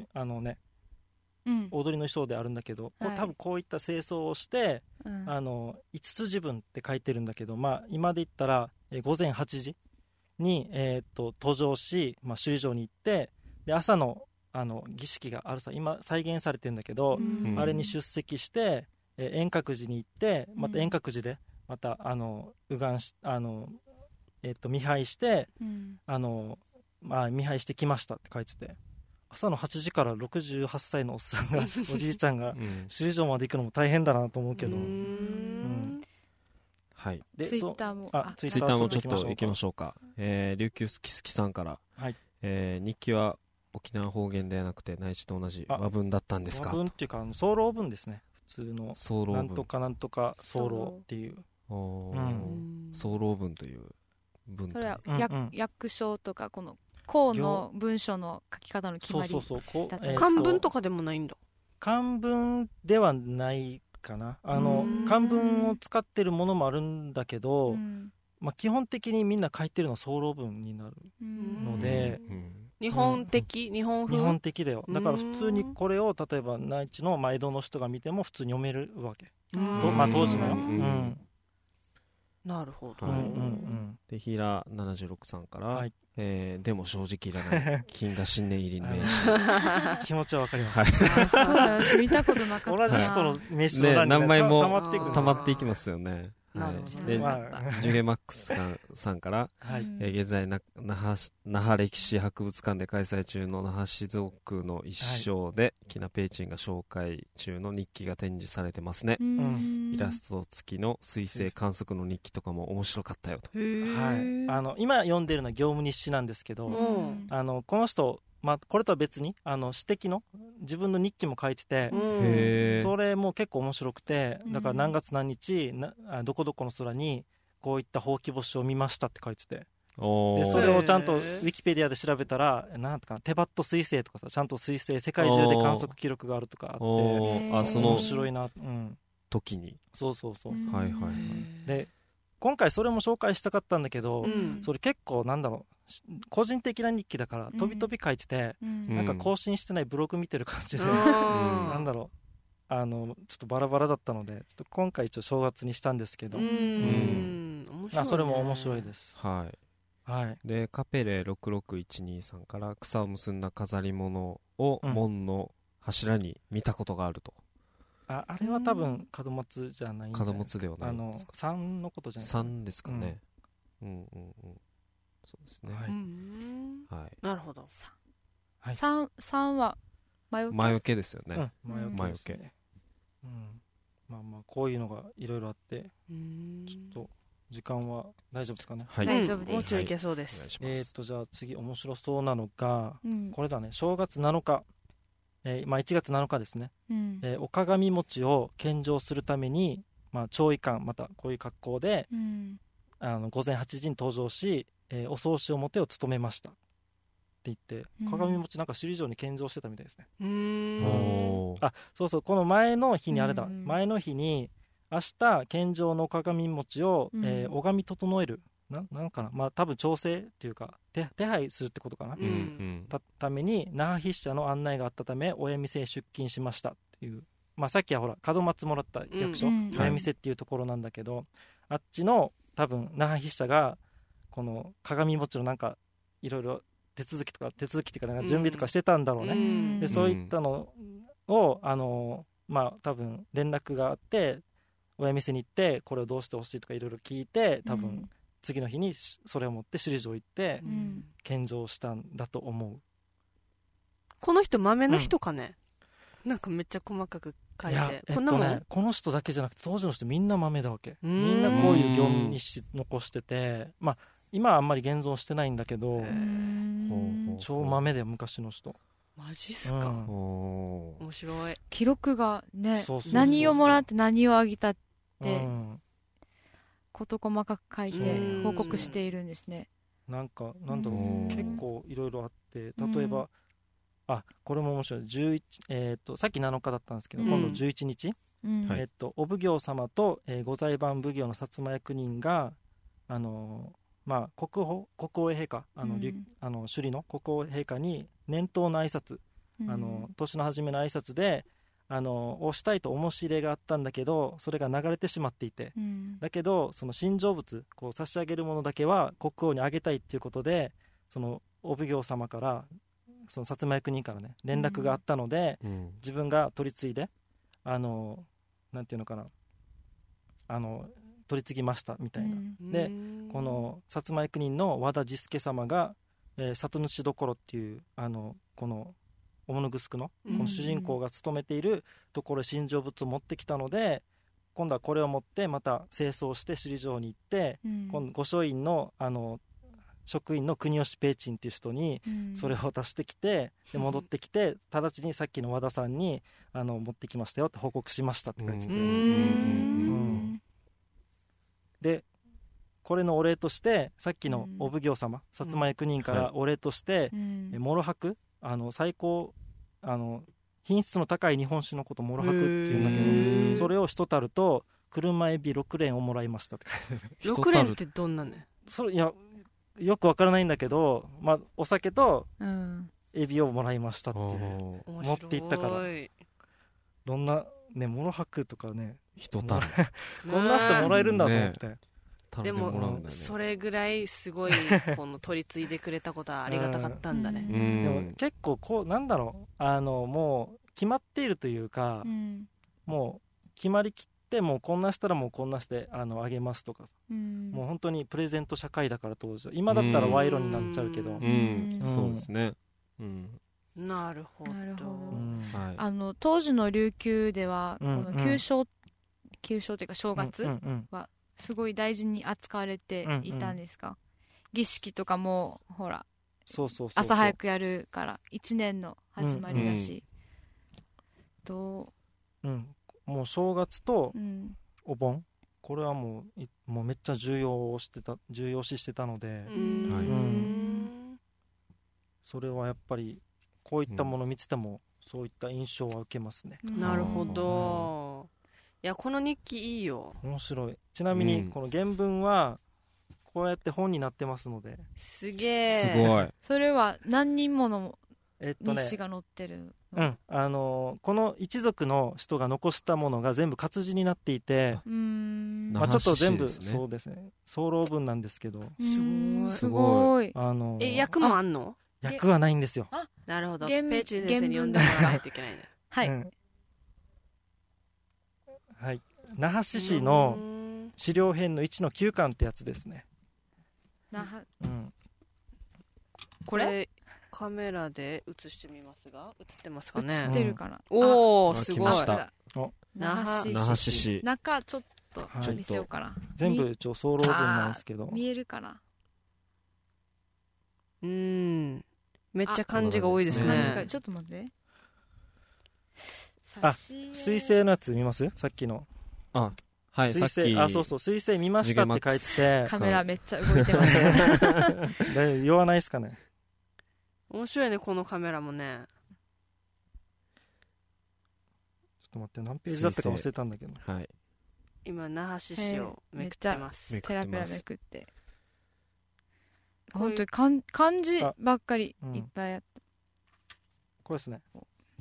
踊りの衣装であるんだけど、多分こういった清掃をして、五つ時分って書いてるんだけど、今で言ったら午前8時に、登場し、首里城に行って、で朝の儀式があるさ、今再現されてるんだけど、あれに出席して、円覚寺に行って、また円覚寺でまた拝見拝して、見拝してきましたって書いてて、朝の8時から68歳のおっさんがおじいちゃんが首里城まで行くのも大変だなと思うけど、 はい。 でツイッターもツイッターもちょっと行きましょうか。琉球好き好きさんから、日記は沖縄方言ではなくて内地と同じ和文だったんですか？ 和文っていうか早漏文ですね。普通のなんとかなんとか早漏っていう早漏文という文体。 それは役所とかこの項の文章の書き方の決まりだった。 漢文とかでもないんだ。 漢文ではないかな。漢文を使ってるものもあるんだけど、基本的にみんな書いてるのは早漏文になるので、 日本的だよ。だから普通にこれを例えば内地の江戸の人が見ても普通に読めるわけ。当時も。 なるほど。 でヒラ76さんから、でも正直いらない金が新年入りの名刺。 気持ちはわかります。 見たことなかった。 同じ人の名刺の欄に何枚も溜まっていきますよね。でジュゲマックスさんから、現在那覇歴史博物館で開催中の那覇士族の一生で、キナペイチンが紹介中の日記が展示されてますね。イラスト付きの水星観測の日記とかも面白かったよと。 今読んでるのは業務日誌なんですけど、この人これとは別に私的の自分の日記も書いてて、それも結構面白くて、だから何月何日どこどこの空にこういったほうき星を見ましたって書いてて、でそれをちゃんとウィキペディアで調べたらなんとかテバット彗星とかさ、ちゃんと彗星世界中で観測記録があるとかあって、 その面白いな。 時にそう。で今回それも紹介したかったんだけど、 うん、 それ結構なんだろう個人的な日記だから飛び飛び書いてて、なんか更新してないブログ見てる感じで、なんだろうちょっとバラバラだったのでちょっと今回一応正月にしたんですけど、 面白いね。 それも面白いです。 はい、でカペレ6612さんから草を結んだ飾り物を門の柱に見たことがあると。 あれは多分門松じゃないんじゃない。 門松ではないんですか。 3のことじゃないか。3ですかね。そうですね。 はい。なるほど。 3は魔除けですよね。 魔除け。まあこういうのがいろいろあって、ちょっと時間は大丈夫ですかね。 はい、大丈夫です。 もうちょいいけそうです。 じゃあ次面白そうなのが、これだね。正月7日、1月7日ですね。お鏡餅を献上するために、長衣冠またこういう格好で、午前8時に登場し、お葬式表を務めましたって言って、鏡餅なんか首里城に献上してたみたいですね。そうこの前の日に前の日に明日献上の鏡餅を、拝み整えるなんかな、多分調整っていうか手配するってことかな、ために那覇筆者の案内があったため親店へ出勤しましたっていう、さっきはほら門松もらった役所、親店っていうところなんだけど、あっちの多分那覇筆者がこの鏡餅のなんかいろいろ手続きっていうかなんか準備とかしてたんだろうね、でそういったのを多分連絡があって親店に行ってこれをどうしてほしいとかいろいろ聞いて、多分次の日にそれを持って首里城行って献上したんだと思う。 この人豆の人かね、なんかめっちゃ細かく書いて、 この人だけじゃなくて当時の人みんな豆だわけ。みんなこういう行に残してて、今はあんまり現存してないんだけど、超豆だよ昔の人。 マジっすか、面白い。 記録がね、何をもらって何をあげたって、事細かく書いて報告しているんですね。 なんだろう、結構いろいろあって、例えば、これも面白い。さっき7日だったんですけど、今度11日、お奉行様と、御在番奉行の薩摩役人が国王陛下首里の国王陛下に年頭の挨拶、年の初めの挨拶でをしたいと申し入れがあったんだけど、それが流れてしまっていて、だけどその新成仏こう差し上げるものだけは国王にあげたいっていうことで、そのお奉行様からその薩摩役人からね連絡があったので、自分が取り継いでなんていうのかな取り継ぎましたみたいな、でこの薩摩役人の和田治助様が、里主所っていうこのおものぐすくのこの主人公が勤めているところへ新成仏を持ってきたので、今度はこれを持ってまた清掃して首里城に行って、今度御書院の職員の国吉ペイチンっていう人にそれを出してきて、で戻ってきて直ちにさっきの和田さんに持ってきましたよって報告しましたって書いてて、でこれのお礼としてさっきのお奉行様、薩摩役人からお礼として、諸白最高品質の高い日本酒のことを諸白っていうんだけど、それを一樽と車エビ6連をもらいましたって書いてる。 6連ってどんなね。 それよくわからないんだけど、お酒とエビをもらいましたって持って行ったから、どんなね諸白とかね一樽こんな人もらえるんだと思って、 でもそれぐらいすごいこの取り継いでくれたことはありがたかったんだね。 でも結構こうなんだろうもう決まっているというか、もう決まりきってもうこんなしたらもうこんなしてあげますとか、もう本当にプレゼント社会だから当時は。今だったら賄賂になっちゃうけど、 そうですね。 なるほど。 当時の琉球ではこの旧正というか正月はすごい大事に扱われていたんですか？儀式とかもほら朝早くやるから1年の始まりだし、 もう正月とお盆、これはもうめっちゃ重要視してたので、それはやっぱりこういったものを見ててもそういった印象は受けますね。 なるほど。 いやこの日記いいよ。 面白い。ちなみにこの原文はこうやって本になってますので。 すげえ。 すごい。 それは何人もの日誌が載ってる、 この一族の人が残したものが全部活字になっていて、ちょっと全部そうですね、総論文なんですけど、 すごい。 訳もあんの？ 訳はないんですよ。 なるほど。ペーチ先生に読んでもらわないといけないね。 はい、 はい。那覇市史の資料編の1の9巻ってやつですね。 これカメラで映してみますが、映ってますかね。 映ってるかな。 おー、すごい。 那覇市史。中ちょっと見せようかな。 全部総論文なんですけど。 見えるかな。 めっちゃ漢字が多いですね。 ちょっと待って。 水星のやつ見ます？さっきの。 はい、さっき。 そうそう、水星見ましたって書いてて。 カメラめっちゃ動いてますね。 言わないですかね。 面白いね、このカメラもね。 ちょっと待って、何ページだったか忘れたんだけど。 はい。 今那覇市史をめくってます。 ペラペラめくって。本当に漢字ばっかりいっぱいあった。 これですね。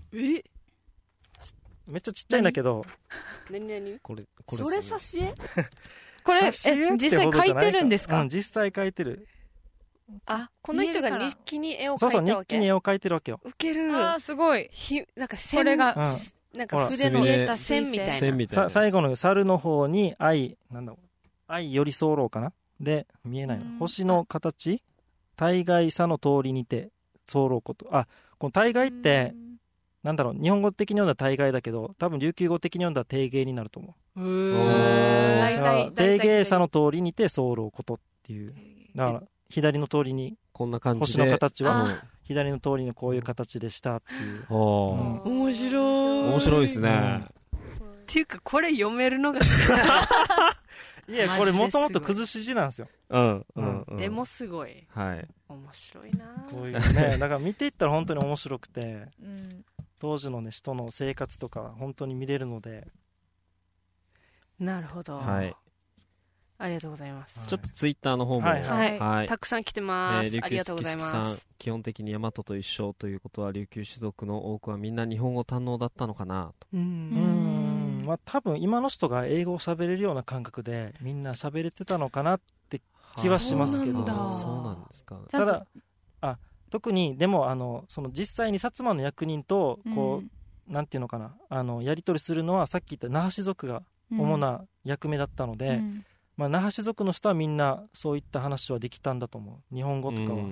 めっちゃちっちゃいんだけど。 何？ これそれ挿絵？ これ実際書いてるんですか？ 実際書いてる。 この人が日記に絵を描いたわけ？ そうそう、日記に絵を描いてるわけよ。 ウケる。 すごい。 なんか線、 これがなんか筆の見えた線みたいな。 最後の猿の方に愛より候かなで、見えないの。星の形、大概さの通りにて候こと。この大概って日本語的に読んだら大概だけど、多分琉球語的に読んだら定芸になると思う。定芸さの通りにて候ことっていう。だから左の通りにこんな感じで星の形は左の通りのこういう形でしたっていう。 面白いですね。 っていうかこれ読めるのがいや、これもともと崩し字なんですよ。 でもすごい。 はい。 面白いな。 こういうね、だから見ていったら本当に面白くて、当時のね人の生活とか本当に見れるので。 なるほど。 はい。 ありがとうございます。 ちょっとツイッターの方も、 たくさん来てます。ありがとうございます。 基本的に大和と一緒ということは、琉球種族の多くはみんな日本語堪能だったのかなと。 多分今の人が英語を喋れるような感覚でみんな喋れてたのかなって気はしますけど。 そうなんですか。 ただ特にでもその実際に薩摩の役人とこう、なんていうのかな、やり取りするのはさっき言った那覇氏族が主な役目だったので、那覇氏族の人はみんなそういった話はできたんだと思う。日本語とかは。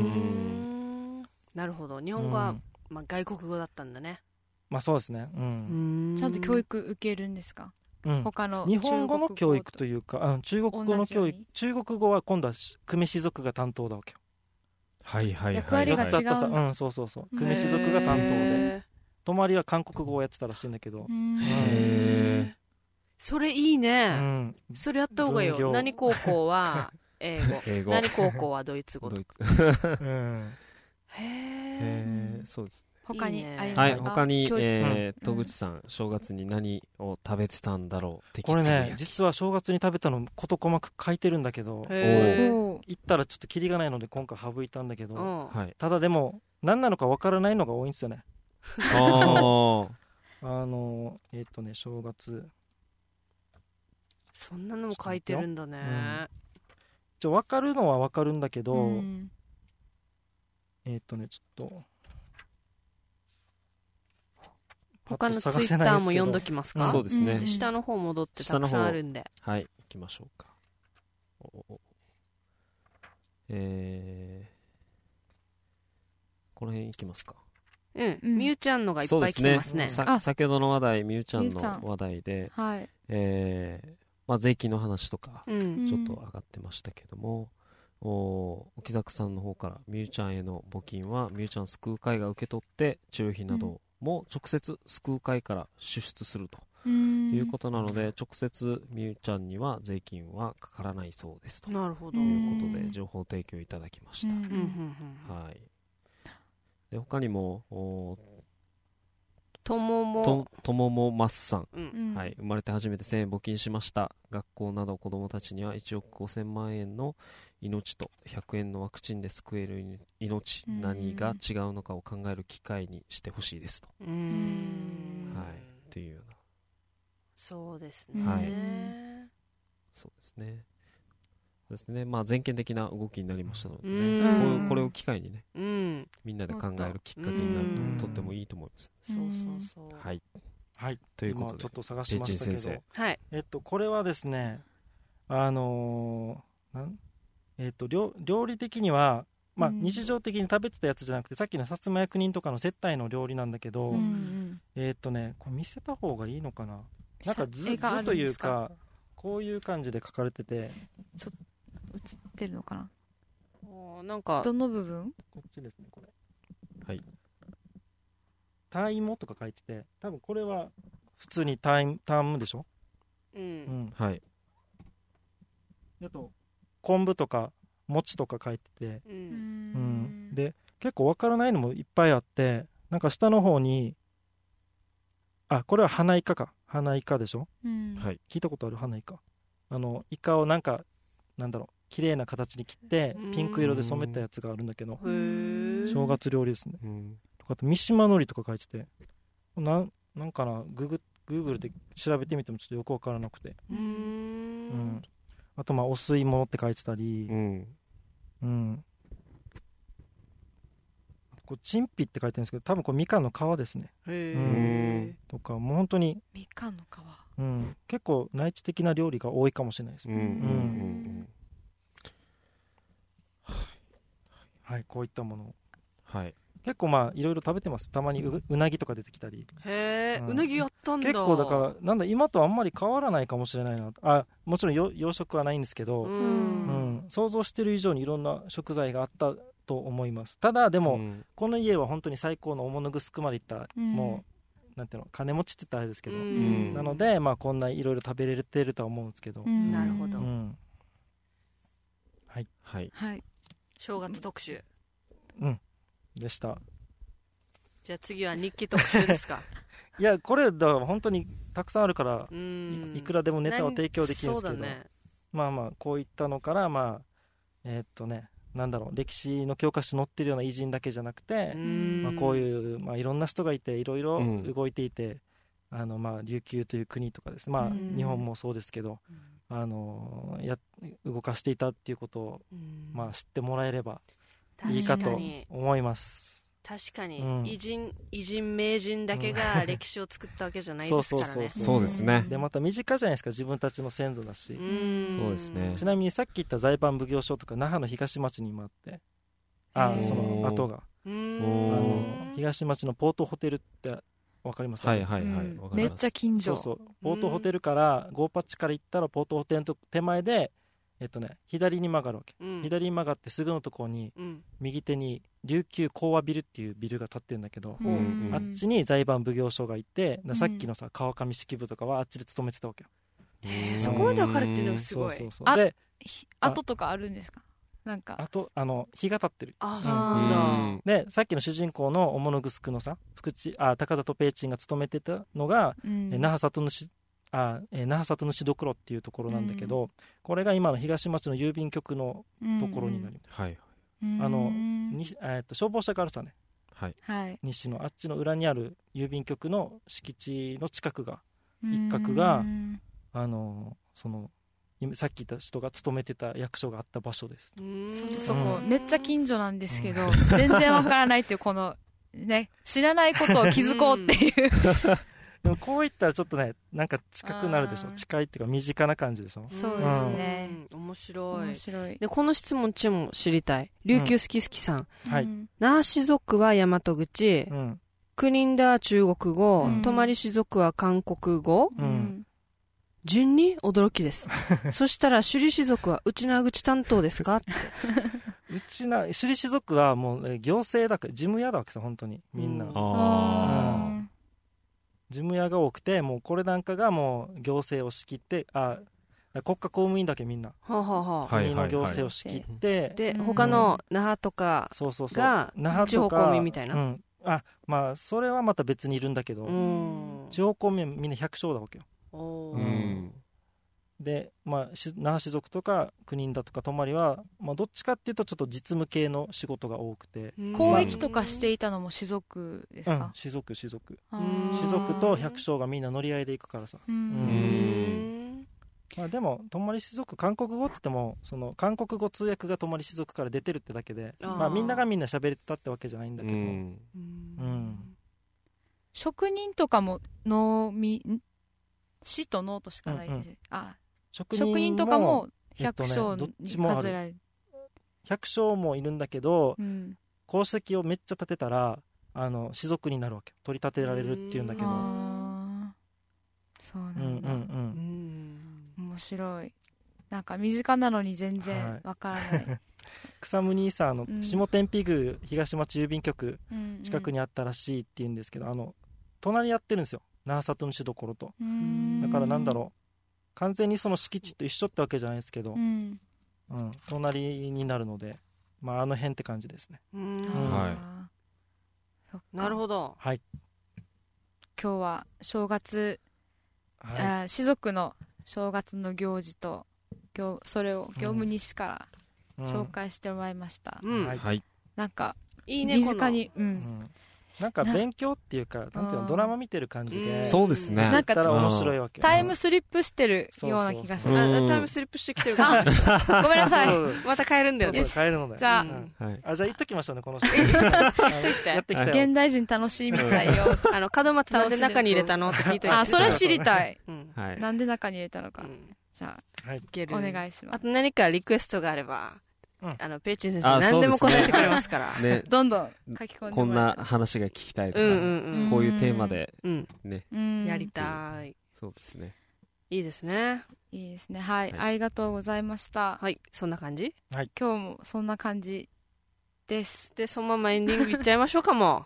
なるほど。日本語は外国語だったんだね。 そうですね。 ちゃんと教育受けるんですか？他の日本語の教育というか、中国語の教育。中国語は今度は久米氏族が担当だわけよ。 役割が違う。 そうそうそう。久米氏族が担当で、泊まりは韓国語をやってたらしいんだけど。 それいいね。それやった方がいいよ。何高校は英語。何高校はドイツ語とか。 そうですね。 他にありますか？ はい、他に戸口さん、正月に何を食べてたんだろう。 これね、実は正月に食べたの事細かく書いてるんだけど、言ったらちょっとキリがないので今回省いたんだけど、ただでも何なのかわからないのが多いんですよね。正月。 そんなのも書いてるんだね。 分かるのは分かるんだけど、ちょっと他のツイッターも読んどきますか？ そうですね。 下の方戻ってたくさんあるんで。 はい、行きましょうか。この辺行きますか。 みゆちゃんのがいっぱい来てますね。 先ほどの話題、みゆちゃんの話題で、税金の話とかちょっと上がってましたけども、おきざくさんの方からみゆちゃんへの募金はみゆちゃん救う会が受け取って治療費なども直接救う会から支出するということなので、直接みゆちゃんには税金はかからないそうですということで情報提供いただきました。はい。で他にもとももますさん、 うんはい、生まれて初めて1000円募金しました。学校など子どもたちには1億5000万円の命と100円のワクチンで救える命、何が違うのかを考える機会にしてほしいですと、はい、っていうような。 そうですね、 はい、そうですね。そうですね、まあ全権的な動きになりましたのでね、これを機会にね、みんなで考えるきっかけになるととってもいいと思います。 そうはい、 はい、 ということでちょっと探しましたけど、 はい、 これはですね、料理的には、まあ、日常的に食べてたやつじゃなくて、さっきの薩摩役人とかの接待の料理なんだけど、これ見せた方がいいのかな。なんか図というかこういう感じで書かれてて、 ちょっと映ってるのかな。 なんかどの部分？ こっちですね、これ。 はい。 タイモとか書いてて、多分これは普通にタームでしょ。 はい。 あと昆布とか餅とか書いてて、で結構わからないのもいっぱいあって、なんか下の方に、これは花イカか。花イカでしょ、はい、聞いたことある。花イカ、イカをなんだろう、綺麗な形に切ってピンク色で染めたやつがあるんだけど、正月料理ですね。とか、あと三島海苔とか書いてて、なんかな、グーグルで調べてみてもちょっとよくわからなくて、あとまあお吸い物って書いてたり、これチンピって書いてるんですけど、多分これみかんの皮ですね。とか、もう本当にみかんの皮、 結構内地的な料理が多いかもしれないです。はい、こういったものを、はい、結構まあいろいろ食べてます。たまに うなぎとか出てきたり。 うなぎやったんだ。 結構だからなんだ、今とあんまり変わらないかもしれないな。もちろん養殖はないんですけど、想像してる以上にいろんな食材があったと思います。ただでも、この家は本当に最高のおぐすくまでいった、もうなんていうの、金持ちって言ったらあれですけど、なのでまあこんないろいろ食べれてるとは思うんですけど、 なるほど、 はいはい正月特集でした。 じゃあ次は日記特集ですか。 いや、これだから本当にたくさんあるから、いくらでもネタを提供できるんですけど、まあまあこういったのから、まあなんだろう、歴史の教科書に載ってるような偉人だけじゃなくて、まあ、こういう、まあ、いろんな人がいていろいろ動いていて、まあ、琉球という国とかです、まあ、日本もそうですけど、動かしていたっていうことを、まあ、知ってもらえればいいかと思います。 確かに、偉人名人だけが歴史を作ったわけじゃないですからね。 そうですね。 でまた身近じゃないですか、自分たちの先祖だし。 そうですね。 ちなみにさっき言った財磐奉行所とか那覇の東町にもあって、その後が東町のポートホテルってわかりますか？ はいはいはい、 めっちゃ近所。 そうポートホテルからゴーパッチから行ったらポートホテルの手前で左に曲がるわけ、左に曲がってすぐのところに、右手に琉球講和ビルっていうビルが建ってるんだけど、あっちに財磐奉行所がいて、さっきのさ川上式部とかはあっちで勤めてたわけよ。 そこまで分かるっていうのがすごい。 で跡とかあるんですか？なんかあと日が立ってる。 でさっきの主人公のオグスクのさ高里ペイチンが勤めてたのが、那覇里主どころっていうところなんだけど、これが今の東町の郵便局のところになります。消防車があるさね、西のあっちの裏にある郵便局の敷地の近くが、一角がそのさっき言った人が勤めてた役所があった場所です。 そこめっちゃ近所なんですけど、全然わからないっていうこのね、知らないことを気づこうっていうでもこういったらちょっとね、なんか近くなるでしょ。近いっていうか身近な感じでしょ。 そうですね、 面白い。 でこの質問ちも知りたい。琉球好き好きさん、那覇氏族は大和口、クニンダー中国語、泊氏族は韓国語、順に驚きです。そしたら首里氏族は内縄口担当ですかって。 首里氏族はもう行政だから事務屋だわけさ、本当にみんな。事務屋が多くて、もうこれなんかがもう行政を仕切って、国家公務員だけみんな国の行政を仕切って、 で他の那覇とかが地方公務員みたいな、 まあそれはまた別にいるんだけど、地方公務員みんな百姓だわけよ。で、まあ、那覇士族とか国人だとか泊は、まあ、どっちかっていうとちょっと実務系の仕事が多くて、 交易とかしていたのも士族ですか？ 士族と百姓がみんな乗り合いで行くからさ。まあ、でも泊士族韓国語って言ってもその韓国語通訳が泊士族から出てるってだけで、まあ、みんながみんな喋れたってわけじゃないんだけど、 職人とかも士と農としかないです、職人とかも百姓に数えられる、 百姓もいるんだけど、功績をめっちゃ立てたら士族になるわけ、取り立てられるっていうんだけど、 そうなんだ、面白い。なんか身近なのに全然わからない、 草む兄さん下天日宮東町郵便局近くにあったらしいっていうんですけど、隣やってるんですよ、那覇里主所と。だからなんだろう、完全にその敷地と一緒ってわけじゃないですけど、隣になるので、まあ、あの辺って感じですね。 なるほど。 はい、 今日は正月、士族の正月の行事とそれを業務日誌から紹介してもらいました。なんかいいね、 身近に、 なんか勉強っていうか、なんていうの、ドラマ見てる感じで、 そうですね。 なんか面白いわけ。 タイムスリップしてるような気がする。 タイムスリップしてきてるから。ごめんなさい。 また帰るんだよね。 帰るので。 じゃあ、じゃあ言っときましょうね、この人。 やってきたよ。現代人楽しいみたいよ。 門松なんで中に入れたのって聞いてる。 それ知りたい。なんで中に入れたのか。じゃあ、お願いします。 あと何かリクエストがあれば、ペイチン先生何でも答えてくれますから、 どんどん書き込んでもらえる。 こんな話が聞きたいとか、こういうテーマでね、 やりたい。 そうですね。 いいですね。 いいですね。はい、ありがとうございました。 はい、そんな感じ？ 今日もそんな感じです。 で、そのままエンディングいっちゃいましょうかも。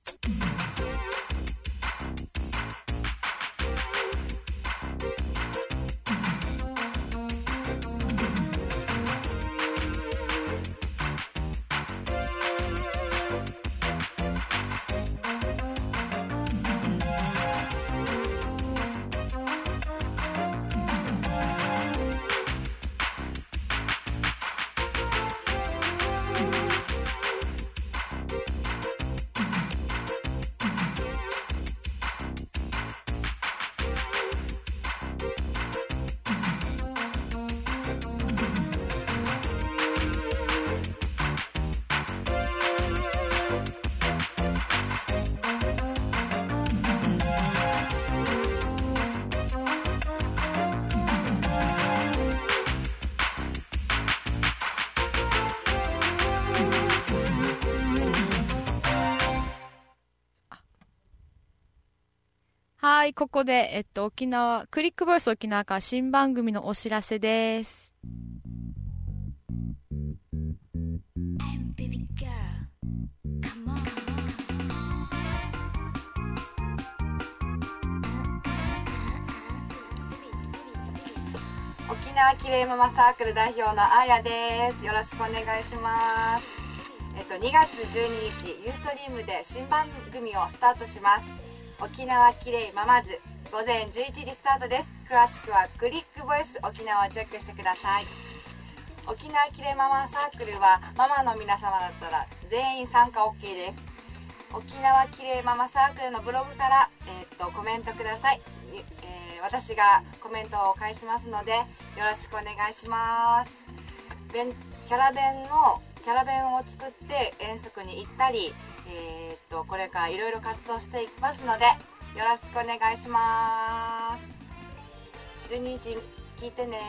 はい、ここで、沖縄、クリックボイス沖縄から新番組のお知らせです。 沖縄きれいママサークル代表のあやです。よろしくお願いします。2月12日ユーストリームで新番組をスタートします。沖縄きれいママズ、午前11時スタートです。詳しくはクリックボイス沖縄をチェックしてください。沖縄きれいママサークルはママの皆様だったら全員参加 OK です。沖縄きれいママサークルのブログから、コメントください。私がコメントを返しますのでよろしくお願いします。キャラ弁を作って遠足に行ったり、これからいろいろ活動していきますのでよろしくお願いします。12日聞いてね。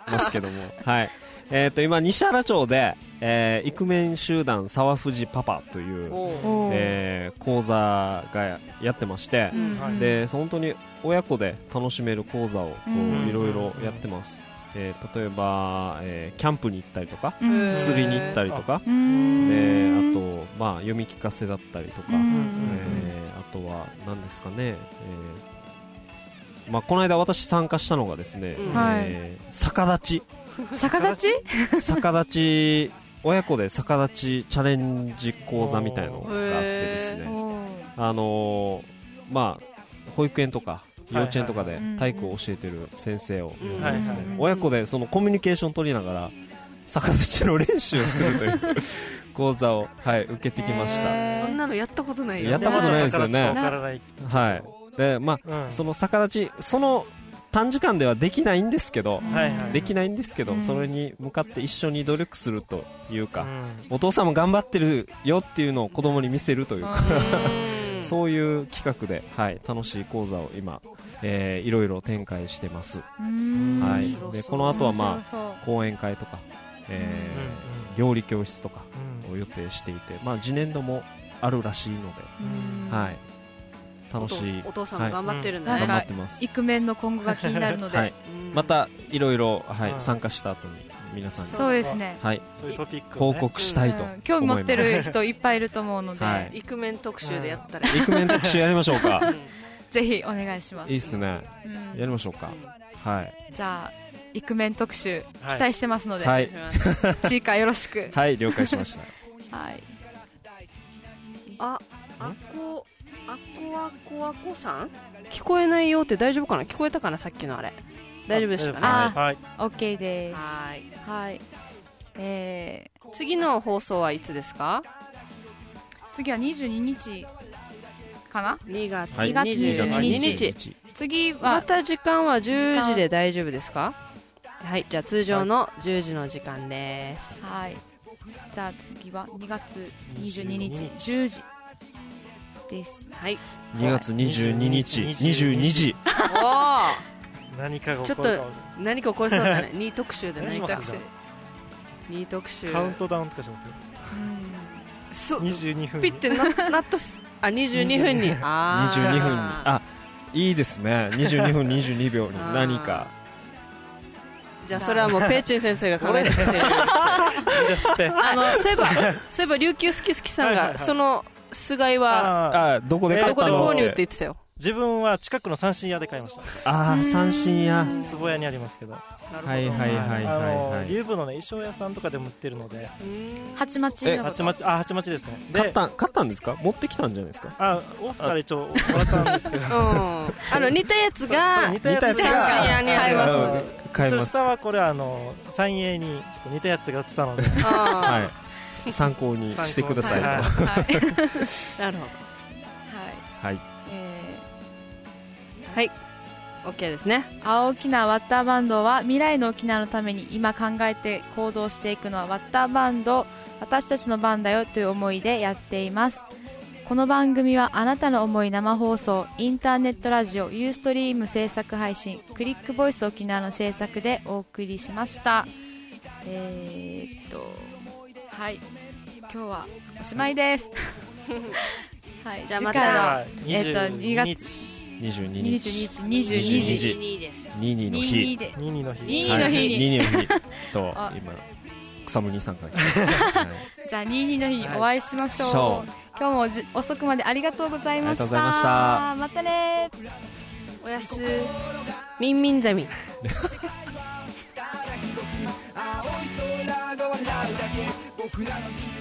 ますけどもはい今西原町で、イクメン集団沢藤パパという、講座がやってまして、で本当に親子で楽しめる講座をいろいろやってます。例えば、キャンプに行ったりとか、釣りに行ったりとか、あと、読み聞かせだったりとか、あとは何ですかね、この間私参加したのがですね、逆立ち親子で逆立ちチャレンジ講座みたいなのがあってですね、保育園とか幼稚園とかで体育を教えてる先生をですね、親子でそのコミュニケーション取りながら逆立ちの練習をするという講座を、受けてきました。 そんなのやったことないよね。 やったことないですよね。でその逆立ちその短時間ではできないんですけど、それに向かって一緒に努力するというか、お父さんも頑張ってるよっていうのを子供に見せるというかそういう企画で、楽しい講座を今、いろいろ展開してます。でこの後は講演会とか、料理教室とかを予定していて、次年度もあるらしいので、楽しい。 お父さんも頑張ってるんだね。 頑張ってます。 イクメンの今後が気になるので、 またいろいろ参加した後に皆さんにそうですね、 報告したいと思います。 興味持ってる人いっぱいいると思うので、 イクメン特集でやったら、 イクメン特集やりましょうか。 ぜひお願いします。 いいっすね、やりましょうか。 じゃあイクメン特集期待してますので、チーカーよろしく。 了解しました。 アコさん聞こえないよって大丈夫かな。聞こえたかな、さっきのあれ。大丈夫でしたかね。 OK です。 次の放送はいつですか。 次は22日かな。 2月22日。次はまた時間は10時で大丈夫ですか。じゃあ通常の10時の時間です。 じゃあ次は2月22日10時です。 2月22日22時。 何かが起こる。ちょっと何か起こりそうだね。2特集で何か2特集カウントダウンとかしますよ。22分ピッてなった22分に 22分にいいですね。22分22秒に何か。 じゃあそれはもうペイチュン先生が考えてくれてる。そういえば琉球好きさんがその巣貝はどこで購入って言ってたよ。 自分は近くの三振屋で買いました。 三振屋坪屋にありますけど。竜部の衣装屋さんとかでも売ってるので。 八町ですね。 買ったんですか。持ってきたんじゃないですか。 オフから一応もらったんですけど。 似たやつが三振屋にありますので。 下はこれ三栄にちょっと似たやつが売ってたので。 参考にしてくださいと。 なるほど。OK ですね。 青沖縄ワッターバンドは未来の沖縄のために今考えて行動していくのはワッターバンド、私たちの番だよという思いでやっています。この番組はあなたの思い生放送、インターネットラジオ、ユーストリーム制作配信、クリックボイス沖縄の制作でお送りしました。今日はおしまいです。 じゃあまた 2月 22 日 22の日と今草むにさんから来てます。 じゃあ22の日にお会いしましょう。今日も遅くまでありがとうございました。またね。 おやすみんみんザミ。 青い空が笑うだけ僕らの